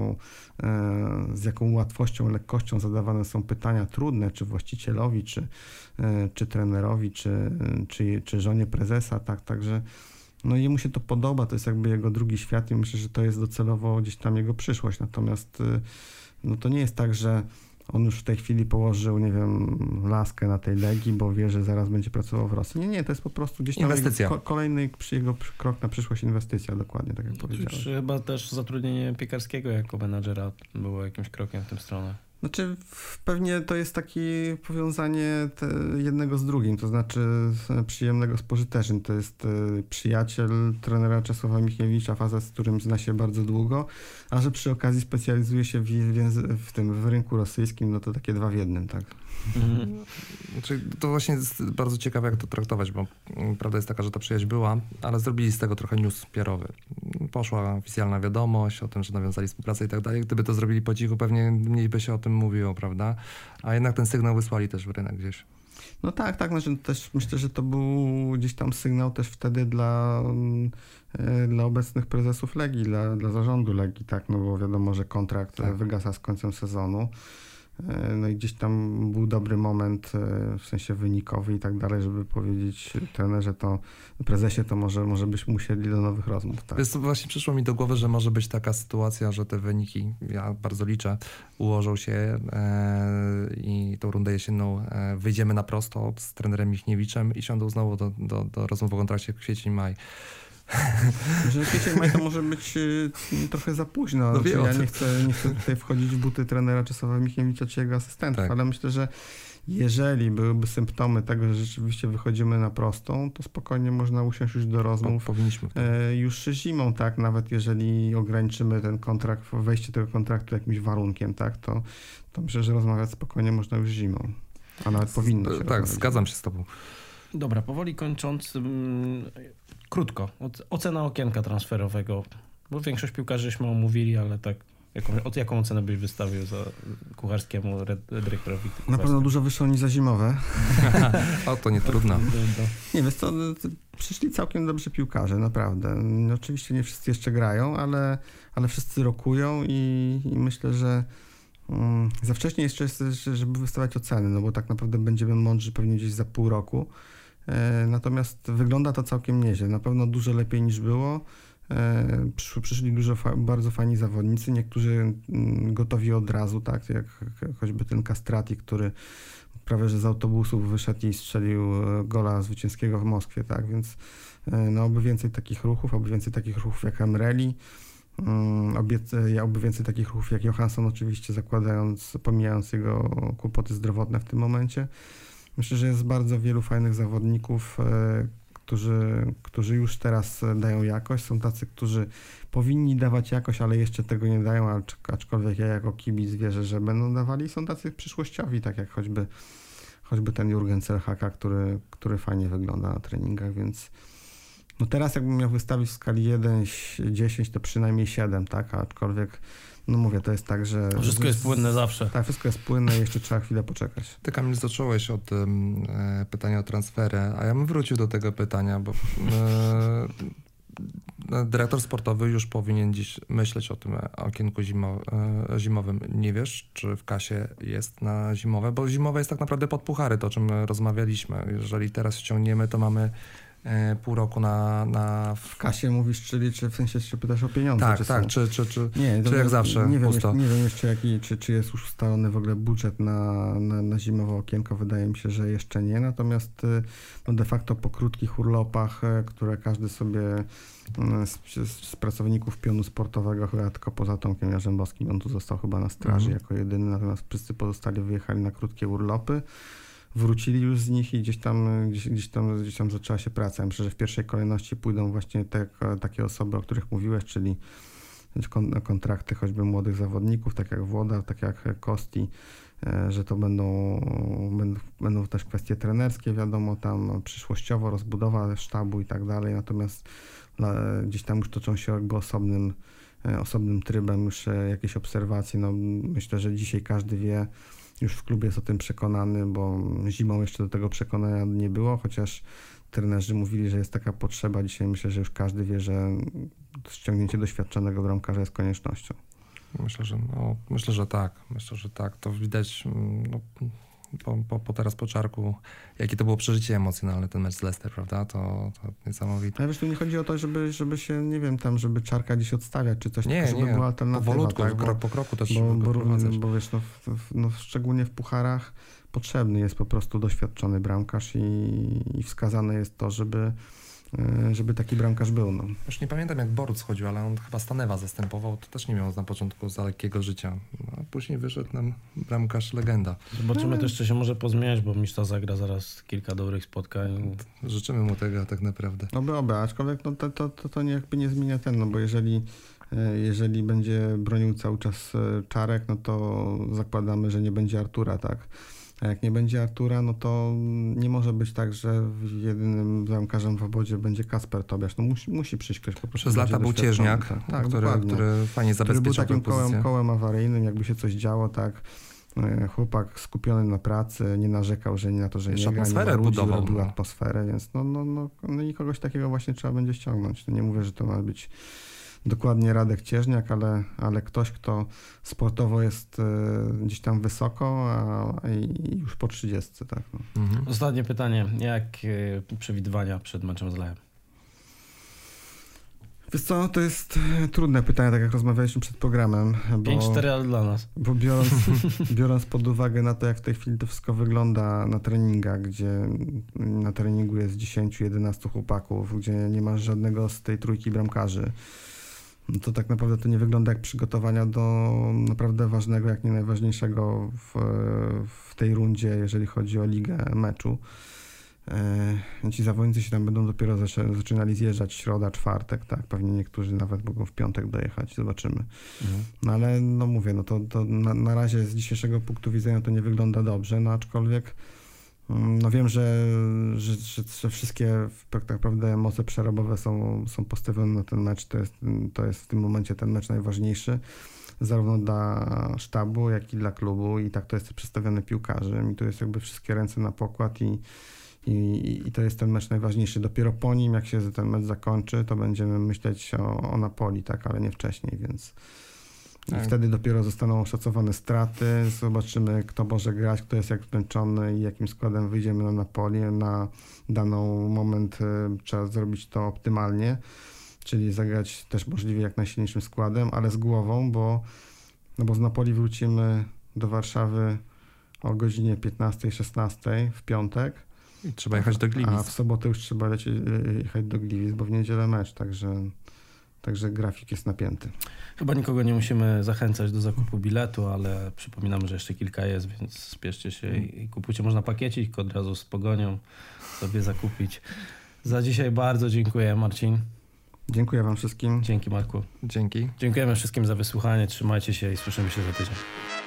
z jaką łatwością, lekkością zadawane są pytania trudne, czy właścicielowi, czy trenerowi, czy żonie prezesa, tak, także no jemu się to podoba, to jest jakby jego drugi świat i myślę, że to jest docelowo gdzieś tam jego przyszłość, natomiast no to nie jest tak, że on już w tej chwili położył, nie wiem, laskę na tej Legii, bo wie, że zaraz będzie pracował w Rosji. Nie, to jest po prostu gdzieś tam inwestycja. Kolejny jego krok na przyszłość, inwestycja, dokładnie, tak jak powiedziałeś. Chyba też zatrudnienie Piekarskiego jako menadżera było jakimś krokiem w tę stronę. Znaczy pewnie to jest takie powiązanie jednego z drugim, to znaczy przyjemnego z pożytecznym. To jest przyjaciel trenera Czesława Michniewicza, facet, z którym zna się bardzo długo, a że przy okazji specjalizuje się w rynku rosyjskim, no to takie dwa w jednym, tak. Czyli to właśnie jest bardzo ciekawe, jak to traktować, bo prawda jest taka, że ta przyjaźń była, ale zrobili z tego trochę news PR-owy. Poszła oficjalna wiadomość o tym, że nawiązali współpracę i tak dalej. Gdyby to zrobili po cichu, pewnie mniej by się o tym mówiło, prawda? A jednak ten sygnał wysłali też w rynek gdzieś. No tak, znaczy też myślę, że to był gdzieś tam sygnał też wtedy dla obecnych prezesów Legii, dla zarządu Legii, tak, no bo wiadomo, że kontrakt wygasa z końcem sezonu. No i gdzieś tam był dobry moment, w sensie wynikowy i tak dalej, żeby powiedzieć trenerze, prezesie, to może byśmy musieli do nowych rozmów. Tak? Więc właśnie przyszło mi do głowy, że może być taka sytuacja, że te wyniki, ja bardzo liczę, ułożą się i tą rundę jesienną wyjdziemy na prosto z trenerem Michniewiczem i siądą znowu do rozmów o kontrakcie kwiecień-maj. Że kwiecień maj to może być trochę za późno. No ja nie chcę tutaj wchodzić w buty trenera Czesława Michniewicza czy jego asystentów, tak. Ale myślę, że jeżeli byłyby symptomy tego, że rzeczywiście wychodzimy na prostą, to spokojnie można usiąść już do rozmów. Powinniśmy. Już zimą, tak, nawet jeżeli ograniczymy ten kontrakt, wejście tego kontraktu jakimś warunkiem, tak, to myślę, że rozmawiać spokojnie można już zimą. A nawet powinno się. Tak, zgadzam się z tobą. Dobra, powoli kończąc, krótko, ocena okienka transferowego, bo większość piłkarzy żeśmy omówili, ale tak, jaką ocenę byś wystawił za Kucharskiemu, dyrektorowi? Na pewno dużo wyższą niż za zimowe. O, to nie trudno. Nie, wiesz co, przyszli całkiem dobrzy piłkarze, naprawdę. Oczywiście nie wszyscy jeszcze grają, ale wszyscy rokują i myślę, że za wcześnie jeszcze jest, żeby wystawiać oceny, no bo tak naprawdę będziemy mądrzy pewnie gdzieś za pół roku. Natomiast wygląda to całkiem nieźle, na pewno dużo lepiej niż było. Przyszli bardzo fajni zawodnicy, niektórzy gotowi od razu, tak jak choćby ten Castrati, który prawie że z autobusów wyszedł i strzelił gola zwycięskiego w Moskwie, tak, więc no, oby więcej takich ruchów jak Emreli, oby więcej takich ruchów jak Johansson, oczywiście pomijając jego kłopoty zdrowotne w tym momencie. Myślę, że jest bardzo wielu fajnych zawodników, którzy już teraz dają jakość. Są tacy, którzy powinni dawać jakość, ale jeszcze tego nie dają, aczkolwiek ja jako kibic wierzę, że będą dawali. Są tacy przyszłościowi, tak jak choćby ten Jurgen Celhaka, który fajnie wygląda na treningach, więc no teraz jakbym miał wystawić w skali 1-10, to przynajmniej 7, tak, aczkolwiek no mówię, to jest tak, że... Wszystko jest płynne zawsze. Tak, wszystko jest płynne i jeszcze trzeba chwilę poczekać. Ty, Kamil, zacząłeś od pytania o transfery, a ja bym wrócił do tego pytania, bo dyrektor sportowy już powinien dziś myśleć o tym okienku zimowym. Nie wiesz, czy w kasie jest na zimowe, bo zimowe jest tak naprawdę pod puchary, to o czym rozmawialiśmy. Jeżeli teraz ściągniemy, to mamy pół roku na... W kasie mówisz, czyli czy w sensie czy pytasz o pieniądze? Tak, czy jak zawsze nie wiem jeszcze czy jest już ustalony w ogóle budżet na zimowe okienko. Wydaje mi się, że jeszcze nie. Natomiast no de facto po krótkich urlopach, które każdy sobie z pracowników pionu sportowego, chyba tylko poza Tomkiem Jarzębowskim, on tu został chyba na straży jako jedyny, natomiast wszyscy pozostali wyjechali na krótkie urlopy. Wrócili już z nich i gdzieś tam zaczęła się praca. Ja myślę, że w pierwszej kolejności pójdą właśnie takie osoby, o których mówiłeś, czyli kontrakty choćby młodych zawodników, tak jak Włoda, tak jak Kosti, że to będą też kwestie trenerskie, wiadomo, tam przyszłościowo rozbudowa sztabu i tak dalej, natomiast gdzieś tam już toczą się jakby osobnym trybem już jakieś obserwacje. No, myślę, że dzisiaj każdy wie, już w klubie jest o tym przekonany, bo zimą jeszcze do tego przekonania nie było, chociaż trenerzy mówili, że jest taka potrzeba. Dzisiaj myślę, że już każdy wie, że ściągnięcie doświadczonego bramkarza jest koniecznością. Myślę, że tak. To widać teraz po Czarku, jakie to było przeżycie emocjonalne, ten mecz z Leicester, prawda? To niesamowite. Ale wiesz, tu nie chodzi o to, żeby się, nie wiem, tam, żeby Czarka gdzieś odstawiać, czy coś, nie, żeby była alternatywa. Powolutku, tak? krok po kroku też bo wiesz, szczególnie w pucharach potrzebny jest po prostu doświadczony bramkarz i wskazane jest to, żeby taki bramkarz był. No. Już nie pamiętam, jak Boruc chodził, ale on chyba Stanewa zastępował. To też nie miał na początku za lekkiego życia. A później wyszedł nam bramkarz legenda. Zobaczymy też, czy się może pozmieniać, bo Miszta zagra zaraz kilka dobrych spotkań. Życzymy mu tego tak naprawdę. Oby, aczkolwiek to jakby nie zmienia bo jeżeli będzie bronił cały czas Czarek, no to zakładamy, że nie będzie Artura, tak? A jak nie będzie Artura, no to nie może być tak, że jedynym bramkarzem w obozie będzie Kasper Tobiasz. No musi przyjść ktoś po prostu. Przez lata był Cieżniak, tak, który fajnie zabezpieczał był takim kołem awaryjnym, jakby się coś działo, tak. Chłopak skupiony na pracy, nie narzekał, że na to, że nie gra, robił atmosferę, więc no i kogoś takiego właśnie trzeba będzie ściągnąć. Nie mówię, że to ma być dokładnie Radek Cieżniak, ale ktoś, kto sportowo jest gdzieś tam wysoko, i już po 30, tak. No. Mhm. Ostatnie pytanie. Jak przewidywania przed meczem z Lechem? Wiesz co, to jest trudne pytanie, tak jak rozmawialiśmy przed programem. 5-4, ale dla nas. Bo biorąc pod uwagę na to, jak w tej chwili to wszystko wygląda na treningach, gdzie na treningu jest 10-11 chłopaków, gdzie nie masz żadnego z tej trójki bramkarzy, no to tak naprawdę to nie wygląda jak przygotowania do naprawdę ważnego, jak nie najważniejszego w tej rundzie, jeżeli chodzi o ligę, meczu. Ci zawodnicy się tam będą dopiero zaczynali zjeżdżać środa, czwartek, tak, pewnie niektórzy nawet mogą w piątek dojechać, zobaczymy. No ale no mówię, no to na razie z dzisiejszego punktu widzenia to nie wygląda dobrze, no aczkolwiek no wiem, że wszystkie tak naprawdę moce przerobowe są postawione na ten mecz, to jest w tym momencie ten mecz najważniejszy, zarówno dla sztabu, jak i dla klubu, i tak to jest przedstawione piłkarzem i to jest jakby wszystkie ręce na pokład i to jest ten mecz najważniejszy. Dopiero po nim, jak się ten mecz zakończy, to będziemy myśleć o Napoli, tak, ale nie wcześniej, więc wtedy dopiero zostaną oszacowane straty, zobaczymy, kto może grać, kto jest jak zmęczony i jakim składem wyjdziemy na Napoli. Na dany moment trzeba zrobić to optymalnie, czyli zagrać też możliwie jak najsilniejszym składem, ale z głową, bo z Napoli wrócimy do Warszawy o godzinie 15-16 w piątek. I trzeba jechać do Gliwic. A w sobotę już trzeba jechać do Gliwic, bo w niedzielę mecz, także grafik jest napięty. Chyba nikogo nie musimy zachęcać do zakupu biletu, ale przypominam, że jeszcze kilka jest, więc spieszcie się i kupujcie. Można pakiecik od razu z Pogonią sobie zakupić. Za dzisiaj bardzo dziękuję, Marcin. Dziękuję wam wszystkim. Dzięki, Marku. Dzięki. Dziękujemy wszystkim za wysłuchanie. Trzymajcie się i słyszymy się za tydzień.